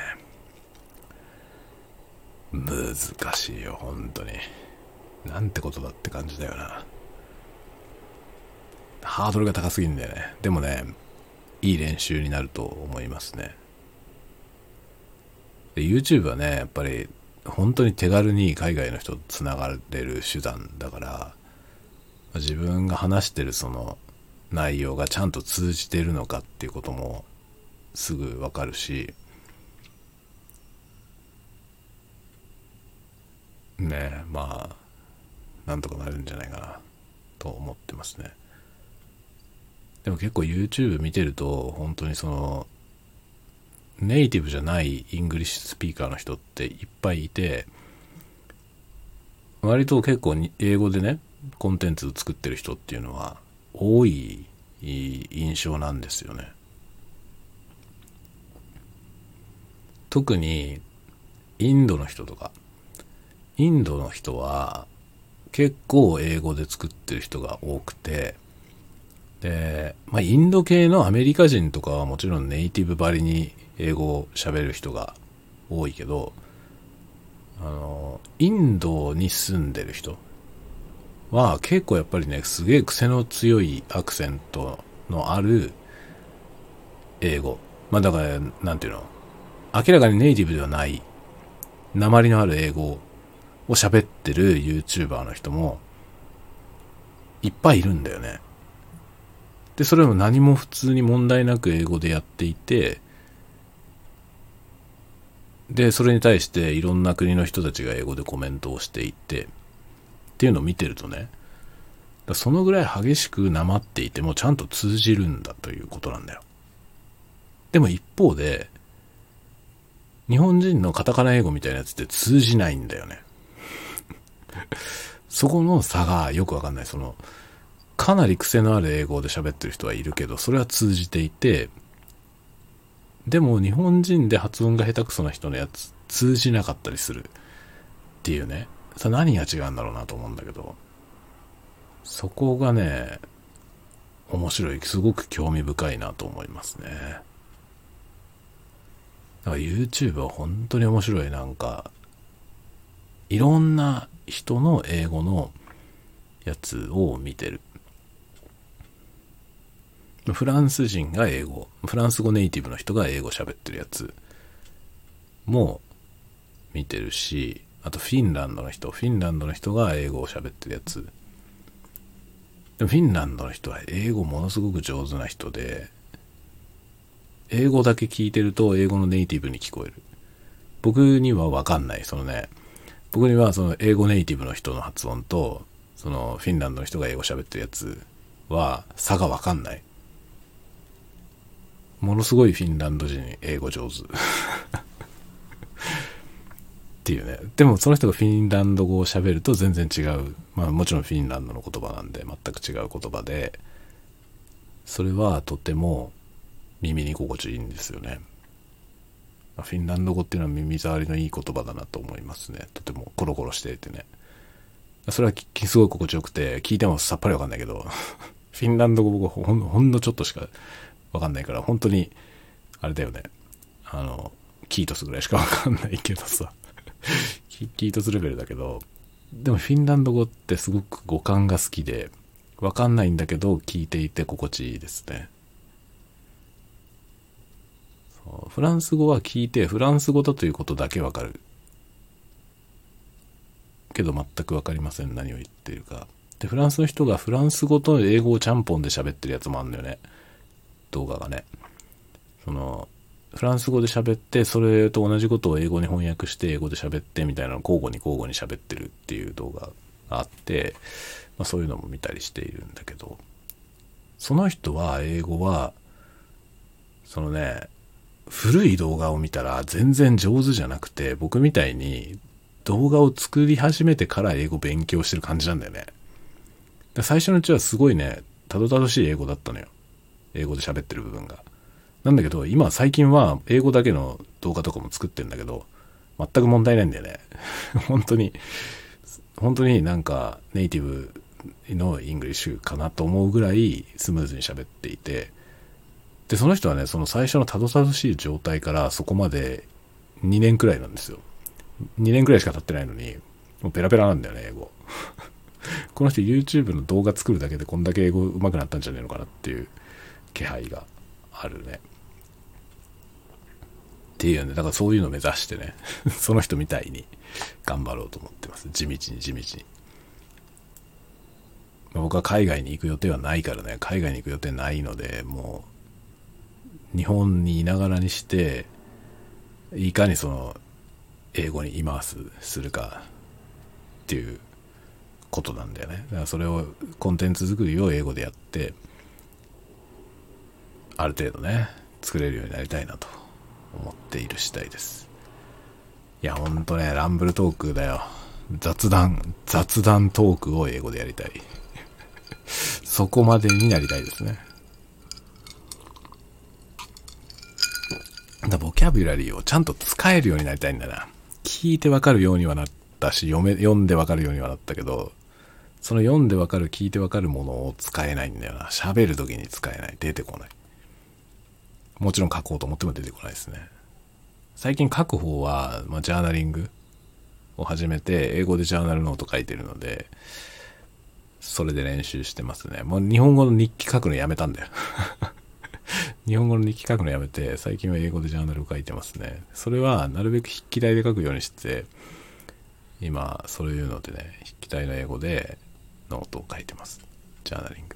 難しいよ本当に。なんてことだって感じだよな。ハードルが高すぎるんだよね。でもね、いい練習になると思いますね。で YouTube はね、やっぱり本当に手軽に海外の人とつながれる手段だから、自分が話してるその内容がちゃんと通じているのかっていうこともすぐわかるし、ねえ、まあなんとかなるんじゃないかなと思ってますね。でも結構 YouTube 見てると本当にそのネイティブじゃないイングリッシュスピーカーの人っていっぱいいて、割と結構英語でねコンテンツを作ってる人っていうのは多い印象なんですよね。特にインドの人とか、インドの人は結構英語で作ってる人が多くて、で、まあ、インド系のアメリカ人とかはもちろんネイティブばりに英語を喋る人が多いけど、インドに住んでる人は結構やっぱりね、すげえ癖の強いアクセントのある英語。まあだから、なんていうの、明らかにネイティブではない、訛りのある英語を喋ってる YouTuber の人もいっぱいいるんだよね。で、それも何も普通に問題なく英語でやっていて、で、それに対していろんな国の人たちが英語でコメントをしていて、っていうのを見てるとね、そのぐらい激しくなまっていてもちゃんと通じるんだということなんだよ。でも一方で、日本人のカタカナ英語みたいなやつって通じないんだよね。そこの差がよくわかんない。その、かなり癖のある英語で喋ってる人はいるけど、それは通じていて、でも日本人で発音が下手くそな人のやつ通じなかったりするっていうね。さあ何が違うんだろうなと思うんだけど、そこがね、面白い、すごく興味深いなと思いますね。だから YouTube は本当に面白い。なんかいろんな人の英語のやつを見てる。フランス人が英語、フランス語ネイティブの人が英語喋ってるやつも見てるし、あとフィンランドの人が英語を喋ってるやつ。でもフィンランドの人は英語ものすごく上手な人で、英語だけ聞いてると英語のネイティブに聞こえる。僕には分かんない。そのね、僕にはその英語ネイティブの人の発音と、そのフィンランドの人が英語喋ってるやつは差が分かんない。ものすごいフィンランド人英語上手っていうね。でもその人がフィンランド語を喋ると全然違う。まあもちろんフィンランドの言葉なんで全く違う言葉で、それはとても耳に心地いいんですよね。フィンランド語っていうのは耳障りのいい言葉だなと思いますね。とてもコロコロしていてね。それはすごい心地よくて、聞いてもさっぱりわかんないけどフィンランド語僕ほんのちょっとしかわかんないから、本当にあれだよね、キートスぐらいしかわかんないけどさキートスレベルだけど、でもフィンランド語ってすごく語感が好きで、 わかんないんだけど聞いていて心地いいですね。フランス語は聞いてフランス語だということだけわかるけど全くわかりません、何を言っているか。でフランスの人がフランス語と英語をちゃんぽんで喋ってるやつもあるんだよね、動画がね。そのフランス語で喋ってそれと同じことを英語に翻訳して英語で喋ってみたいなのを交互に喋ってるっていう動画があって、そういうのも見たりしているんだけど、その人は英語はそのね、古い動画を見たら全然上手じゃなくて、僕みたいに動画を作り始めてから英語勉強してる感じなんだよね。最初のうちはすごいね、たどたどしい英語だったのよ、英語で喋ってる部分が。なんだけど今最近は英語だけの動画とかも作ってんだけど全く問題ないんだよね本当になんかネイティブのイングリッシュかなと思うぐらいスムーズに喋っていて、でその人はね、その最初のたどたどしい状態からそこまで2年くらいなんですよ。2年くらいしか経ってないのにもうペラペラなんだよね、英語この人 YouTube の動画作るだけでこんだけ英語上手くなったんじゃねえのかなっていう気配があるね。っていうね、だからそういうのを目指してねその人みたいに頑張ろうと思ってます。地道に。僕は海外に行く予定はないからね、海外に行く予定ないので、もう日本にいながらにしていかにその英語にイマースするかっていうことなんだよね。だからそれをコンテンツ作りを英語でやってある程度ね作れるようになりたいなと思っている次第です。いやほんとね、ランブルトークだよ。雑談トークを英語でやりたいそこまでになりたいですね。ボキャブラリーをちゃんと使えるようになりたいんだな。聞いてわかるようにはなったし、読んでわかるようにはなったけど、その読んでわかる聞いてわかるものを使えないんだよな。喋るときに使えない、出てこない。もちろん書こうと思っても出てこないですね。最近書く方は、ジャーナリングを始めて英語でジャーナルノート書いてるので、それで練習してますね。もう日本語の日記書くのやめたんだよ日本語の日記書くのやめて最近は英語でジャーナルを書いてますね。それはなるべく筆記体で書くようにして今そういうのでね、筆記体の英語でノートを書いてます。ジャーナリング。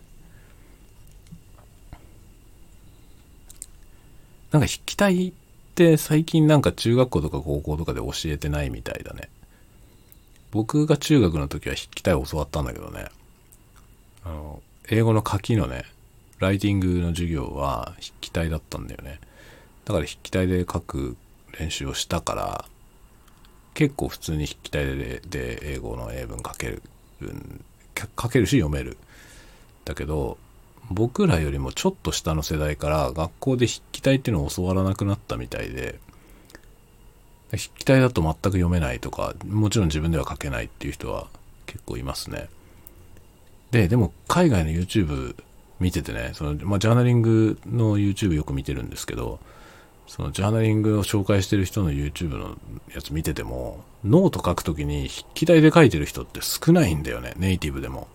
なんか筆記体って最近なんか中学校とか高校とかで教えてないみたいだね。僕が中学の時は筆記体を教わったんだけどね、英語の書きのねライティングの授業は筆記体だったんだよね。だから筆記体で書く練習をしたから結構普通に筆記体で英語の英文書けるし読める。だけど僕らよりもちょっと下の世代から学校で筆記体っていうのを教わらなくなったみたいで、筆記体だと全く読めないとか、もちろん自分では書けないっていう人は結構いますね。でも海外の YouTube 見ててね、ジャーナリングの YouTube よく見てるんですけど、そのジャーナリングを紹介してる人の YouTube のやつ見てても、ノート書くときに筆記体で書いてる人って少ないんだよね、ネイティブでも。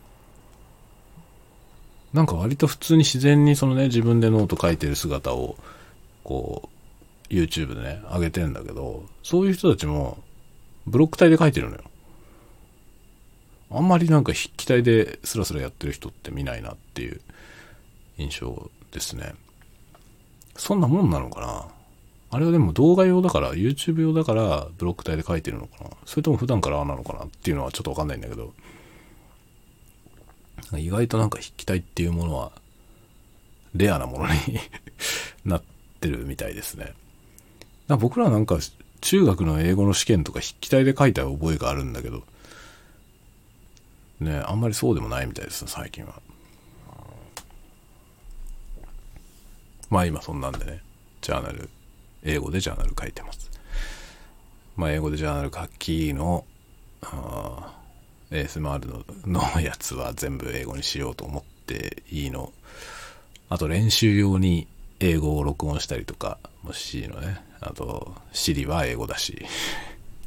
なんか割と普通に自然にそのね、自分でノート書いてる姿をこう YouTube でね上げてるんだけど、そういう人たちもブロック体で書いてるのよ。あんまりなんか筆記体でスラスラやってる人って見ないなっていう印象ですね。そんなもんなのかな。あれはでも動画用だから YouTube 用だからブロック体で書いてるのかな、それとも普段からなのかなっていうのはちょっとわかんないんだけど、意外となんか筆記体っていうものはレアなものになってるみたいですね。僕らなんか中学の英語の試験とか筆記体で書いた覚えがあるんだけどね、あんまりそうでもないみたいですね、最近は。今そんなんでね、ジャーナル、英語でジャーナル書いてます。英語でジャーナル書きのASMR のやつは全部英語にしようと思っていいの。あと練習用に英語を録音したりとかもしいいのね。あと Siri は英語だし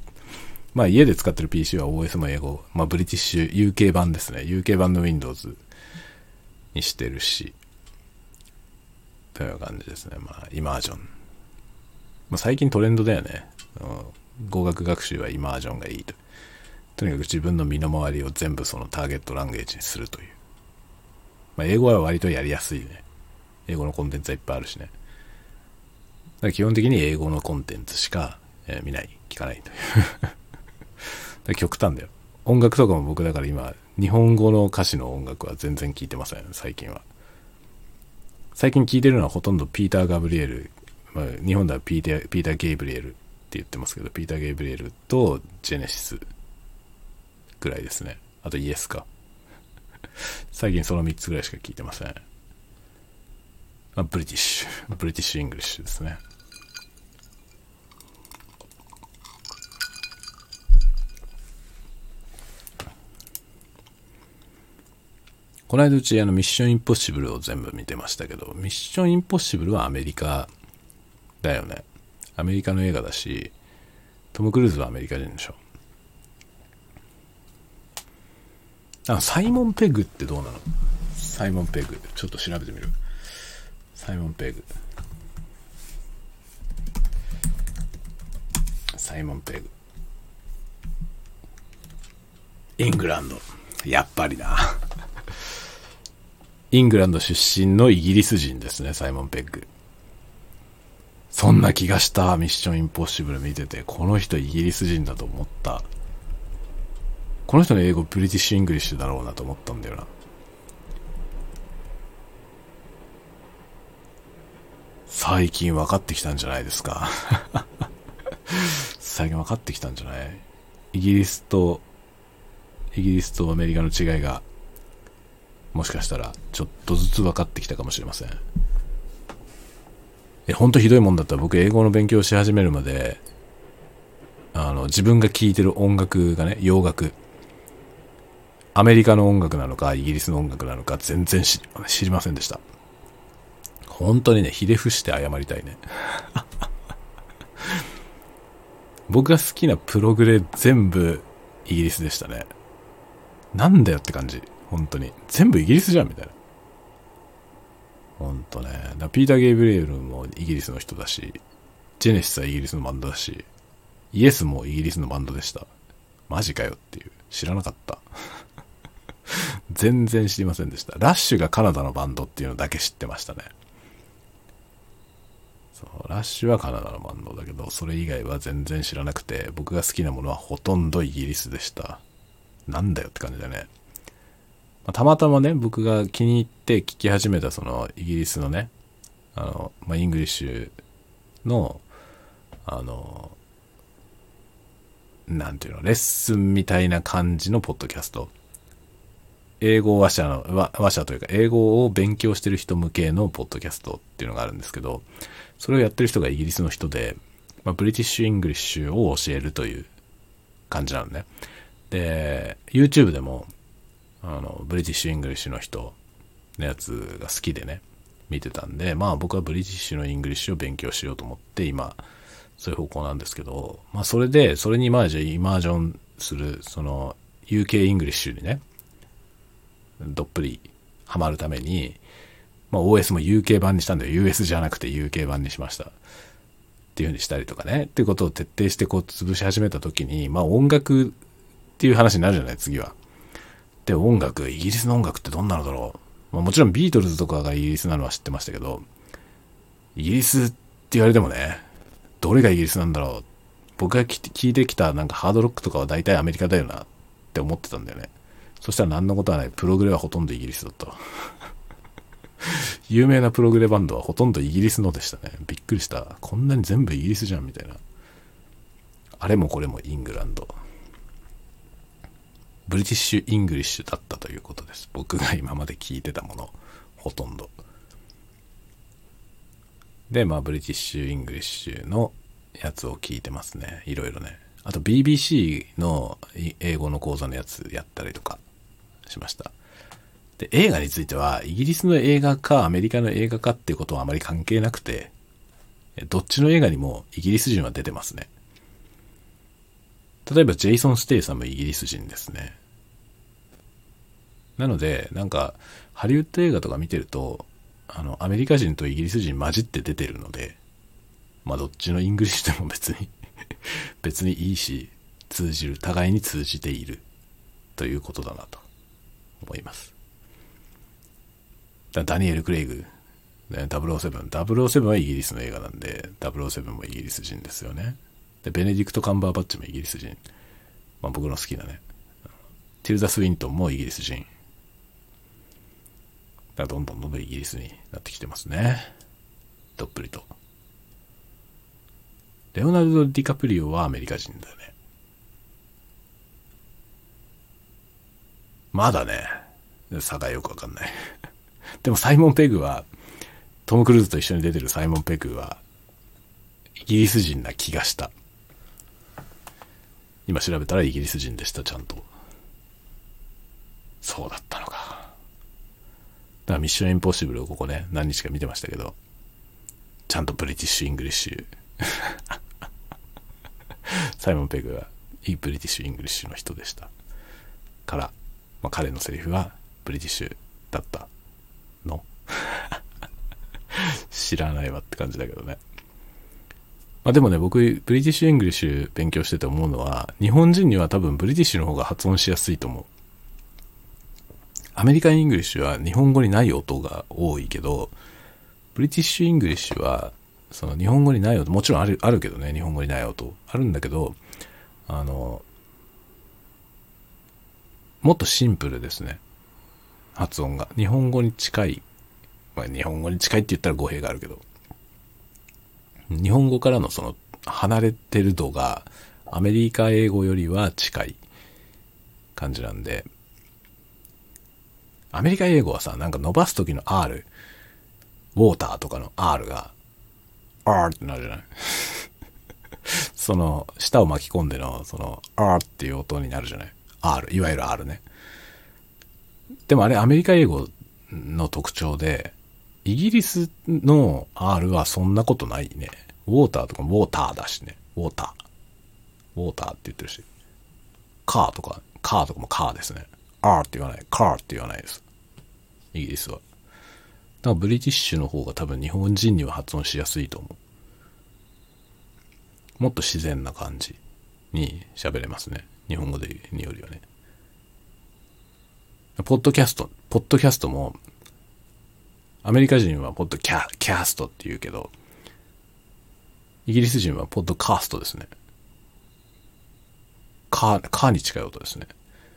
家で使ってる PC は OS も英語、ブリティッシュ UK 版ですね。UK 版の Windows にしてるし、という感じですね。まあ、イマージョン。まあ、最近トレンドだよね。語学学習はイマージョンがいいと。とにかく自分の身の回りを全部そのターゲットランゲージにするという。まあ、英語は割とやりやすいね。英語のコンテンツはいっぱいあるしね。だから基本的に英語のコンテンツしか、見ない、聞かないという。だから極端だよ。音楽とかも僕だから今、日本語の歌詞の音楽は全然聞いてません、最近は。最近聞いてるのはほとんどピーター・ガブリエル、まあ、日本ではピーター・ゲイブリエルって言ってますけど、ピーター・ゲイブリエルとジェネシスぐらいですね。あとイエスか。最近その3つぐらいしか聞いてません。ブリティッシュ・イングリッシュですね。この間うちミッションインポッシブルを全部見てましたけど、ミッションインポッシブルはアメリカだよね。アメリカの映画だし、トム・クルーズはアメリカ人でしょ。サイモン・ペグってどうなの？サイモン・ペグ。ちょっと調べてみる。サイモン・ペグ。サイモン・ペグ。イングランド。やっぱりな。イングランド出身のイギリス人ですね、サイモン・ペッグ。そんな気がした。ミッション・インポッシブル見てて、この人イギリス人だと思った。この人の英語ブリティッシュ・イングリッシュだろうなと思ったんだよな。最近分かってきたんじゃないですか。最近分かってきたんじゃない？イギリスとアメリカの違いがもしかしたらちょっとずつ分かってきたかもしれません。ほんとひどいもんだったら僕英語の勉強し始めるまで自分が聴いてる音楽がね、洋楽、アメリカの音楽なのかイギリスの音楽なのか全然知りませんでした。本当にね、ひれ伏して謝りたいね。僕が好きなプログレ全部イギリスでしたね。なんだよって感じ。本当に全部イギリスじゃんみたいな。本当ね。ピーター・ゲイブリエルもイギリスの人だし、ジェネシスはイギリスのバンドだし、イエスもイギリスのバンドでした。マジかよっていう。知らなかった。全然知りませんでした。ラッシュがカナダのバンドっていうのだけ知ってましたね。そう、ラッシュはカナダのバンドだけど、それ以外は全然知らなくて、僕が好きなものはほとんどイギリスでした。なんだよって感じだね。たまたまね、僕が気に入って聞き始めたそのイギリスのね、イングリッシュの、なんていうの、レッスンみたいな感じのポッドキャスト。英語話者というか、英語を勉強してる人向けのポッドキャストっていうのがあるんですけど、それをやってる人がイギリスの人で、ブリティッシュ・イングリッシュを教えるという感じなのね。で、YouTube でも、ブリティッシュ・イングリッシュの人のやつが好きでね、見てたんで、僕はブリティッシュのイングリッシュを勉強しようと思って、今、そういう方向なんですけど、それにじゃあイマージョンする、その、UK イングリッシュにね、どっぷりハマるために、OS も UK 版にしたんだよ。US じゃなくて UK 版にしました。っていう風にしたりとかね、っていうことを徹底して潰し始めた時に、音楽っていう話になるじゃない、次は。で、イギリスの音楽ってどんなのだろう。もちろんビートルズとかがイギリスなのは知ってましたけど、イギリスって言われてもね、どれがイギリスなんだろう。僕が聞いてきたなんかハードロックとかは大体アメリカだよなって思ってたんだよね。そしたら何のことはない。プログレはほとんどイギリスだった。有名なプログレバンドはほとんどイギリスのでしたね。びっくりした。こんなに全部イギリスじゃんみたいな。あれもこれもイングランド。ブリティッシュ・イングリッシュだったということです。僕が今まで聞いてたもの、ほとんど。で、ブリティッシュ・イングリッシュのやつを聞いてますね。いろいろね。あと BBC の英語の講座のやつやったりとかしました。で、映画については、イギリスの映画かアメリカの映画かっていうことはあまり関係なくて、どっちの映画にもイギリス人は出てますね。例えばジェイソン・ステイサムイギリス人ですね。 なので、なんか、ハリウッド映画とか見てると、アメリカ人とイギリス人混じって出てるので、まあどっちのイングリッシュでも別に別にいいし、通じる、互いに通じているということだなと思います。ダニエル・クレイグ、007はイギリスの映画なんで、007もイギリス人ですよね。で、ベネディクト・カンバーバッチもイギリス人。まあ僕の好きなね。ティルダ・スウィントンもイギリス人。だからどんどんイギリスになってきてますね。どっぷりと。レオナルド・ディカプリオはアメリカ人だよね。まだね、差がよくわかんない。でもサイモン・ペグは、トム・クルーズと一緒に出てるサイモン・ペグは、イギリス人な気がした。今調べたらイギリス人でした、ちゃんと。そうだったのか。だからミッション・インポッシブルをここね、何日か見てましたけど、ちゃんとブリティッシュ・イングリッシュ。サイモン・ペグはいいブリティッシュ・イングリッシュの人でしたから、まあ、彼のセリフはブリティッシュだったの知らないわって感じだけどね。まあでもね、僕ブリティッシュ・イングリッシュ勉強してて思うのは、日本人には多分ブリティッシュの方が発音しやすいと思う。アメリカン・イングリッシュは日本語にない音が多いけど、ブリティッシュ・イングリッシュはその日本語にない音、もちろんあるけどね、日本語にない音あるんだけど、もっとシンプルですね、発音が。日本語に近い、まあ、日本語に近いって言ったら語弊があるけど、日本語からのその離れてる度がアメリカ英語よりは近い感じなんで、アメリカ英語はさ、なんか伸ばす時の R、ウォーターとかの R が R ってなるじゃないその舌を巻き込んでのその R っていう音になるじゃない。 R、いわゆる R ね。でもあれアメリカ英語の特徴で、イギリスの R はそんなことないね。ウォーターとかもウォーターだしね。ウォーターって言ってるし、カーとかもカーですね。R って言わない、カーって言わないです、イギリスは。だからブリティッシュの方が多分日本人には発音しやすいと思う。もっと自然な感じに喋れますね、日本語でによりはね。ポッドキャストもアメリカ人はポッドキャストって言うけど、イギリス人はポッドカーストですね。カーに近い音ですね。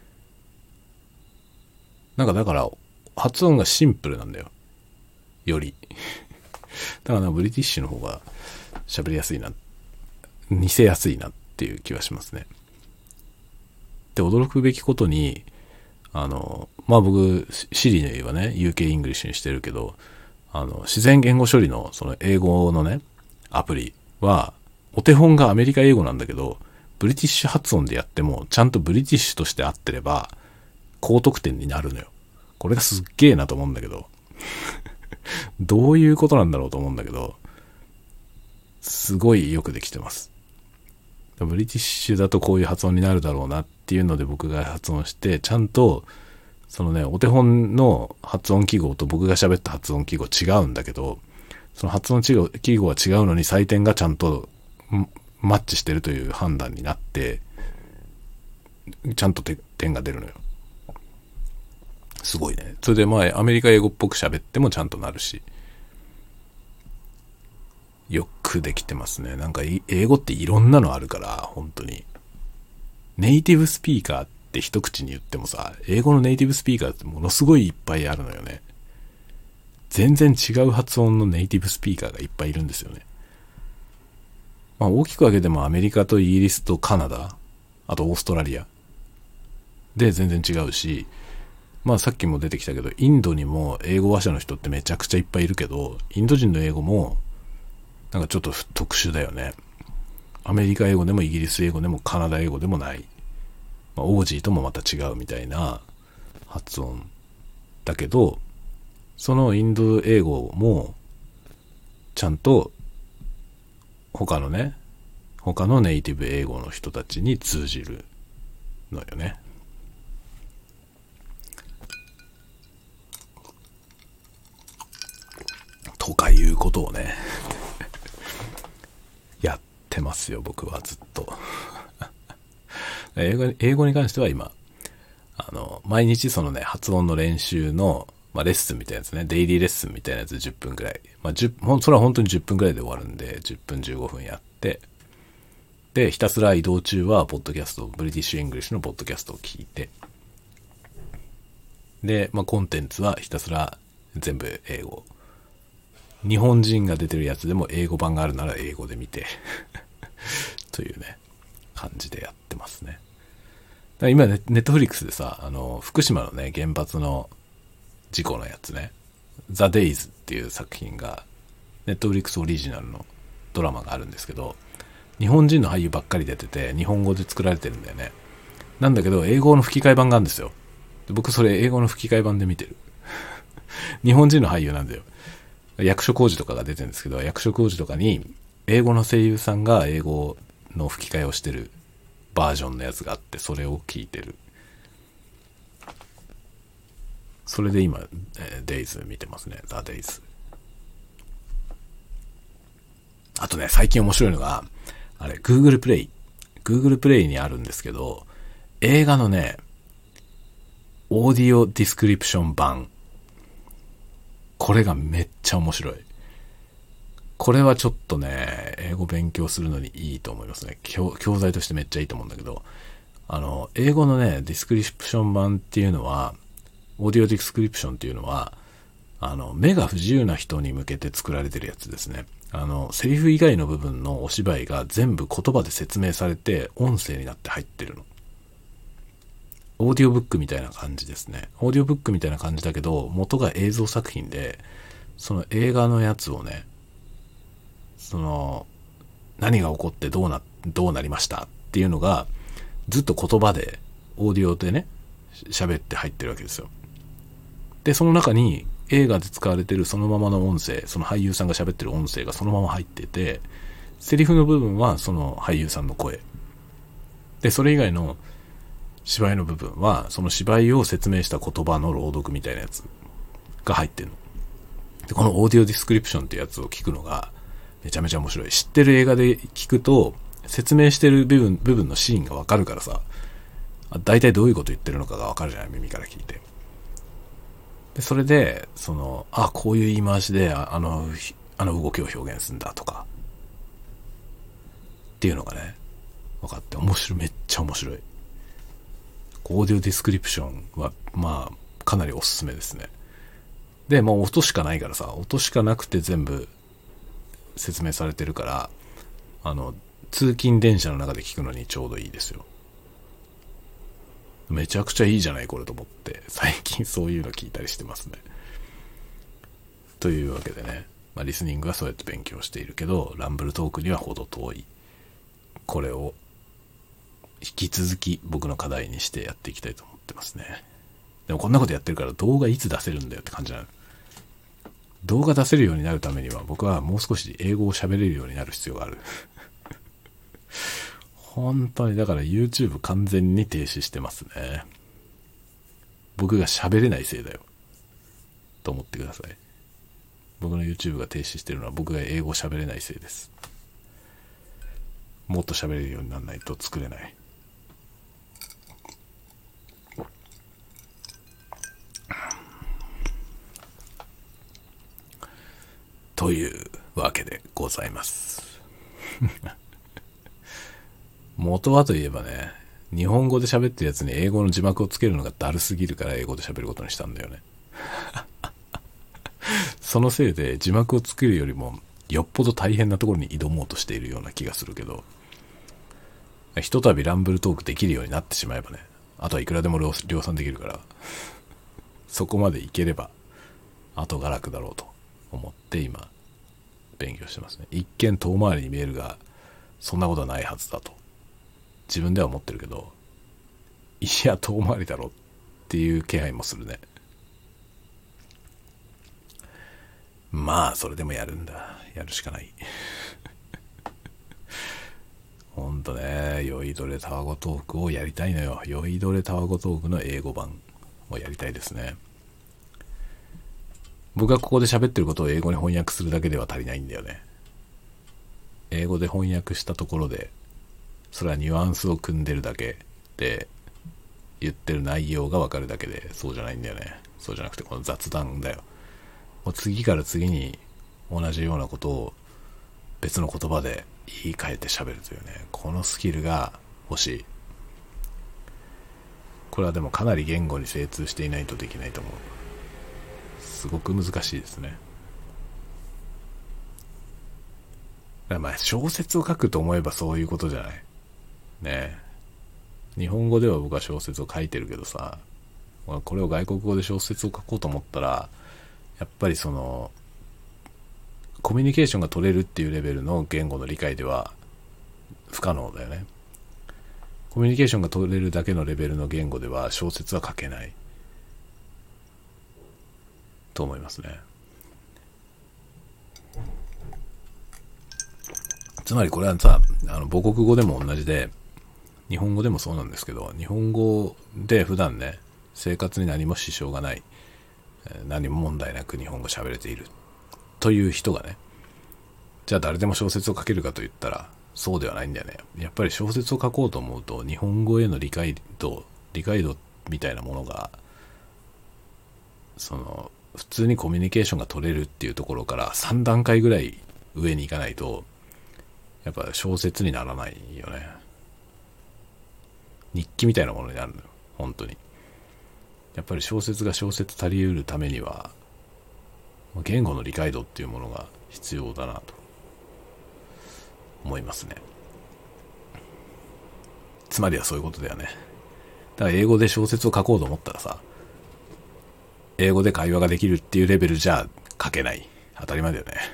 なんかだから発音がシンプルなんだよ、より。だからブリティッシュの方が喋りやすいな、似せやすいなっていう気はしますね。で、驚くべきことに、まあ僕シリはね UK イングリッシュにしてるけど、自然言語処理のその英語のねアプリはお手本がアメリカ英語なんだけど、ブリティッシュ発音でやってもちゃんとブリティッシュとして合ってれば高得点になるのよ。これがすっげえなと思うんだけどどういうことなんだろうと思うんだけど、すごいよくできてます。ブリティッシュだとこういう発音になるだろうなっていうので僕が発音して、ちゃんとそのねお手本の発音記号と僕が喋った発音記号違うんだけど、その発音記号は違うのに採点がちゃんとマッチしてるという判断になって、ちゃんと点が出るのよ。すごいね。それでまあアメリカ英語っぽく喋ってもちゃんとなるし、よくできてますね。なんか英語っていろんなのあるから、本当にネイティブスピーカーって一口に言ってもさ、英語のネイティブスピーカーってものすごいいっぱいあるのよね。全然違う発音のネイティブスピーカーがいっぱいいるんですよね。まあ大きく分けてもアメリカとイギリスとカナダ、あとオーストラリアで全然違うし、まあさっきも出てきたけど、インドにも英語話者の人ってめちゃくちゃいっぱいいるけど、インド人の英語もなんかちょっと特殊だよね。アメリカ英語でもイギリス英語でもカナダ英語でもない、まあ、オージーともまた違うみたいな発音だけど、そのインド英語もちゃんと他のネイティブ英語の人たちに通じるのよね。 とかいうことをね、やってますよ、僕はずっと。英語に関しては今、毎日そのね、発音の練習の、レッスンみたいなやつね、デイリーレッスンみたいなやつ10分くらい。それは本当に10分くらいで終わるんで、10分15分やって、で、ひたすら移動中は、ポッドキャスト、ブリティッシュ・イングリッシュのポッドキャストを聞いて、で、コンテンツはひたすら全部英語。日本人が出てるやつでも英語版があるなら英語で見て、というね、感じでやってますね。だから今ね、ネットフリックスでさ、福島のね、原発の事故のやつね、ザ・デイズっていう作品が、ネットフリックスオリジナルのドラマがあるんですけど、日本人の俳優ばっかり出てて、日本語で作られてるんだよね。なんだけど、英語の吹き替え版があるんですよ。で僕それ英語の吹き替え版で見てる。日本人の俳優なんだよ。役所広司とかが出てるんですけど、役所広司とかに、英語の声優さんが英語の吹き替えをしてるバージョンのやつがあって、それを聞いてる。それで今、デイズ見てますね。ザ・デイズ。あとね、最近面白いのが、あれ、Google Play にあるんですけど、映画のね、オーディオディスクリプション版。これがめっちゃ面白い。これはちょっとね、英語勉強するのにいいと思いますね。教材としてめっちゃいいと思うんだけど、英語のね、ディスクリプション版っていうのは、オーディオディスクリプションっていうのは、目が不自由な人に向けて作られてるやつですね。セリフ以外の部分のお芝居が全部言葉で説明されて、音声になって入ってるの。オーディオブックみたいな感じですね。オーディオブックみたいな感じだけど、元が映像作品で、その映画のやつをね、何が起こってどうなりましたっていうのが、ずっと言葉で、オーディオでね、喋って入ってるわけですよ。で、その中に映画で使われてるそのままの音声、その俳優さんが喋ってる音声がそのまま入ってて、セリフの部分はその俳優さんの声。で、それ以外の芝居の部分は、その芝居を説明した言葉の朗読みたいなやつが入ってるの。で、このオーディオディスクリプションってやつを聞くのがめちゃめちゃ面白い。知ってる映画で聞くと、説明してる部分のシーンがわかるからさ、大体どういうこと言ってるのかがわかるじゃない、耳から聞いて。で、それで、こういう言い回しで、あの動きを表現するんだとか、っていうのがね、分かってめっちゃ面白い。オーディオディスクリプションは、かなりおすすめですね。で、音しかないからさ、音しかなくて全部説明されてるから、通勤電車の中で聞くのにちょうどいいですよ。めちゃくちゃいいじゃないこれと思って、最近そういうの聞いたりしてますね。というわけでね、リスニングはそうやって勉強しているけど、ランブルトークにはほど遠い。これを引き続き僕の課題にしてやっていきたいと思ってますね。でもこんなことやってるから動画いつ出せるんだよって感じなの。動画出せるようになるためには僕はもう少し英語を喋れるようになる必要がある。本当にだから YouTube 完全に停止してますね。僕が喋れないせいだよ。と思ってください。僕の YouTube が停止してるのは僕が英語を喋れないせいです。もっと喋れるようにならないと作れない。というわけでございます。元はといえばね、日本語で喋ってるやつに英語の字幕をつけるのがだるすぎるから英語で喋ることにしたんだよね。そのせいで字幕を作るよりもよっぽど大変なところに挑もうとしているような気がするけど、ひとたびランブルトークできるようになってしまえばね、あとはいくらでも量産できるから、そこまでいければ後が楽だろうと思って今勉強してますね。一見遠回りに見えるが、そんなことはないはずだと自分では思ってるけど、いや遠回りだろっていう気配もするね。それでもやるんだ。やるしかない。ほんとね、酔いどれたわごトークをやりたいのよ。酔いどれたわごトークの英語版をやりたいですね。 僕がここで喋ってることを英語に翻訳するだけでは足りないんだよね。英語で翻訳したところで、それはニュアンスを組んでるだけで、言ってる内容がわかるだけで、そうじゃないんだよね。そうじゃなくて、この雑談だよ。もう次から次に同じようなことを別の言葉で言い換えて喋るというね、このスキルが欲しい。これはでもかなり言語に精通していないとできないと思う。すごく難しいですね。まあ小説を書くと思えばそういうことじゃない。ねえ。日本語では僕は小説を書いてるけどさ、これを外国語で小説を書こうと思ったら、やっぱりその、コミュニケーションが取れるっていうレベルの言語の理解では不可能だよね。コミュニケーションが取れるだけのレベルの言語では小説は書けないと思いますね。つまりこれはさ、母国語でも同じで、日本語でもそうなんですけど、日本語で普段ね、生活に何も支障がない、何も問題なく日本語喋れているという人がね、じゃあ誰でも小説を書けるかと言ったらそうではないんだよね。やっぱり小説を書こうと思うと日本語への理解度みたいなものが、その普通にコミュニケーションが取れるっていうところから3段階ぐらい上に行かないとやっぱ小説にならないよね。日記みたいなものになるのよ、本当に。やっぱり小説が小説足り得るためには言語の理解度っていうものが必要だなと思いますね。つまりはそういうことだよね。だから英語で小説を書こうと思ったらさ、英語で会話ができるっていうレベルじゃ書けない。当たり前だよね。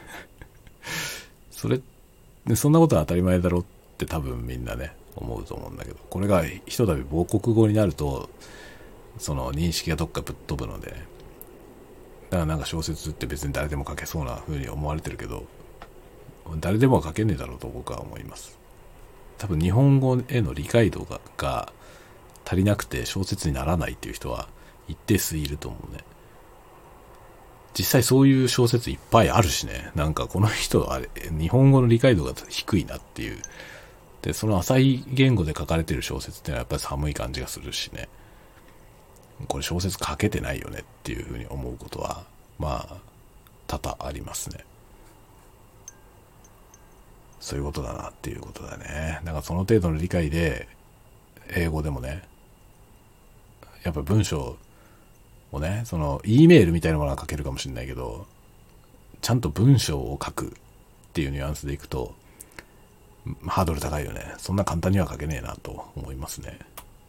そんなことは当たり前だろって多分みんなね、思うと思うんだけど、これがひとたび母国語になると、その認識がどっかぶっ飛ぶので、だからなんか小説って別に誰でも書けそうな風に思われてるけど、誰でもは書けねえだろうと僕は思います。多分日本語への理解度が足りなくて小説にならないっていう人は一定数いると思うね。実際そういう小説いっぱいあるしね。なんかこの人は日本語の理解度が低いなっていう。で、その浅い言語で書かれてる小説ってのはやっぱり寒い感じがするしね。これ小説書けてないよねっていうふうに思うことは、まあ、多々ありますね。そういうことだなっていうことだね。だからその程度の理解で、英語でもね、やっぱ文章をね、その E メールみたいなものは書けるかもしれないけど、ちゃんと文章を書くっていうニュアンスでいくと、ハードル高いよね。そんな簡単には書けねえなと思いますね。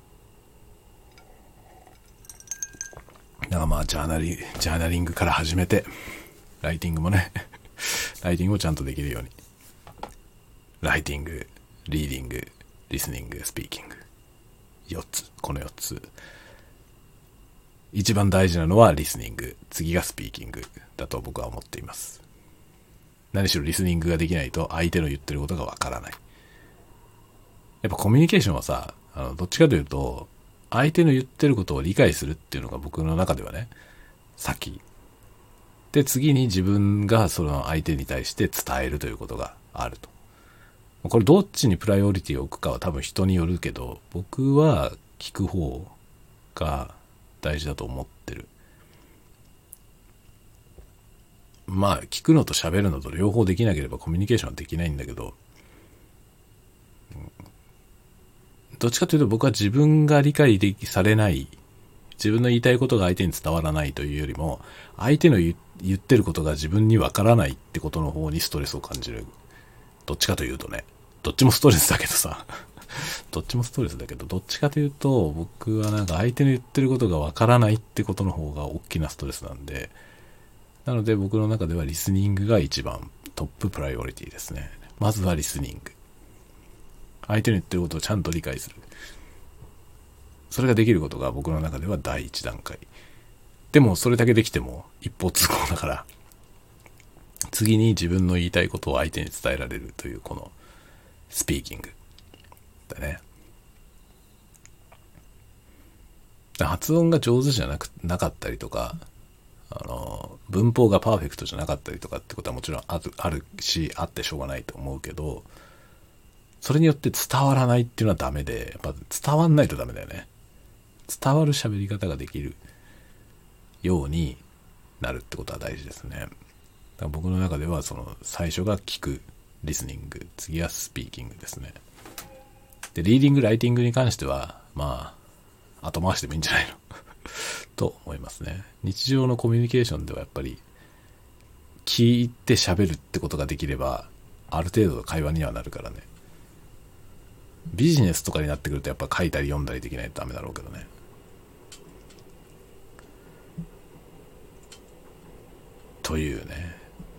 だからまあジャーナリングから始めて、ライティングもね、ライティングをちゃんとできるように。ライティング、リーディング、リスニング、スピーキング。この4つ。一番大事なのはリスニング、次がスピーキングだと僕は思っています。何しろリスニングができないと相手の言ってることがわからない。やっぱコミュニケーションはさ、どっちかというと、相手の言ってることを理解するっていうのが僕の中ではね、先。で、次に自分がその相手に対して伝えるということがあると。これどっちにプライオリティを置くかは多分人によるけど、僕は聞く方が大事だと思ってる。まあ聞くのと喋るのと両方できなければコミュニケーションはできないんだけど、どっちかというと僕は自分が理解されない、自分の言いたいことが相手に伝わらないというよりも、相手の言ってることが自分にわからないってことの方にストレスを感じる。どっちかというとね、どっちもストレスだけどさ、どっちかというと僕はなんか相手の言ってることがわからないってことの方が大きなストレスなんで、なので僕の中ではリスニングが一番トッププライオリティですね。まずはリスニング。相手の言ってることをちゃんと理解する。それができることが僕の中では第一段階。でもそれだけできても一方通行だから、次に自分の言いたいことを相手に伝えられるというこのスピーキングだね。発音が上手じゃなかったりとか、 文法がパーフェクトじゃなかったりとかってことはもちろんあるし、あってしょうがないと思うけど、それによって伝わらないっていうのはダメで、やっぱ伝わんないとダメだよね。伝わる喋り方ができるようになるってことは大事ですね。だから僕の中では最初が聞く、リスニング、次はスピーキングですね。で、リーディング、ライティングに関しては、まあ、後回しでもいいんじゃないのと思いますね。日常のコミュニケーションではやっぱり、聞いて喋るってことができれば、ある程度の会話にはなるからね。ビジネスとかになってくるとやっぱ書いたり読んだりできないとダメだろうけどね。というね。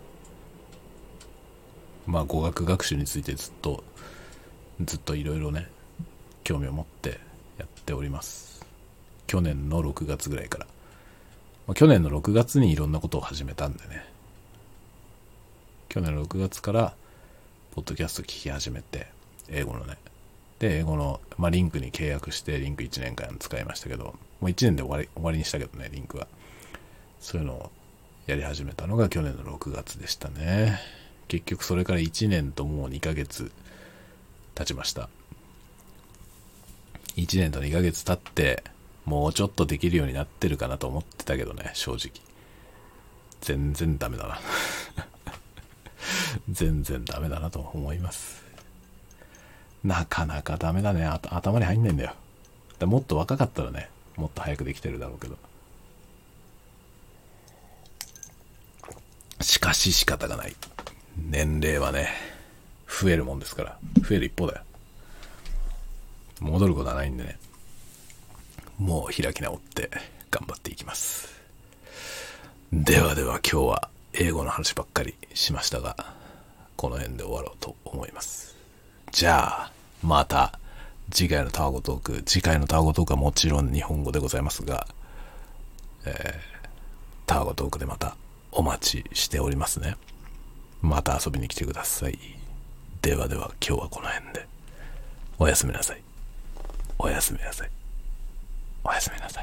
まあ語学学習についてずっといろいろね、興味を持ってやっております。去年の6月ぐらいから。去年の6月にいろんなことを始めたんでね。去年の6月から、ポッドキャスト聞き始めて、英語のね。で、英語の、リンクに契約して、リンク1年間使いましたけど、もう1年で終わりにしたけどね、リンクは。そういうのをやり始めたのが去年の6月でしたね。結局それから1年ともう2ヶ月経ちました。1年と2ヶ月経って、もうちょっとできるようになってるかなと思ってたけどね、正直。全然ダメだな。全然ダメだなと思います。なかなかダメだね。頭に入んないんだよ。もっと若かったらね、もっと早くできてるだろうけど。しかし仕方がない。年齢はね、増えるもんですから。増える一方だよ。戻ることはないんでね。もう開き直って頑張っていきます。ではでは今日は英語の話ばっかりしましたが、この辺で終わろうと思います。じゃあ、また次回のタワゴトーク。次回のタワゴトークはもちろん日本語でございますが、タワゴトークでまたお待ちしておりますね。また遊びに来てください。ではでは今日はこの辺で。おやすみなさい。おやすみなさい。おやすみなさい。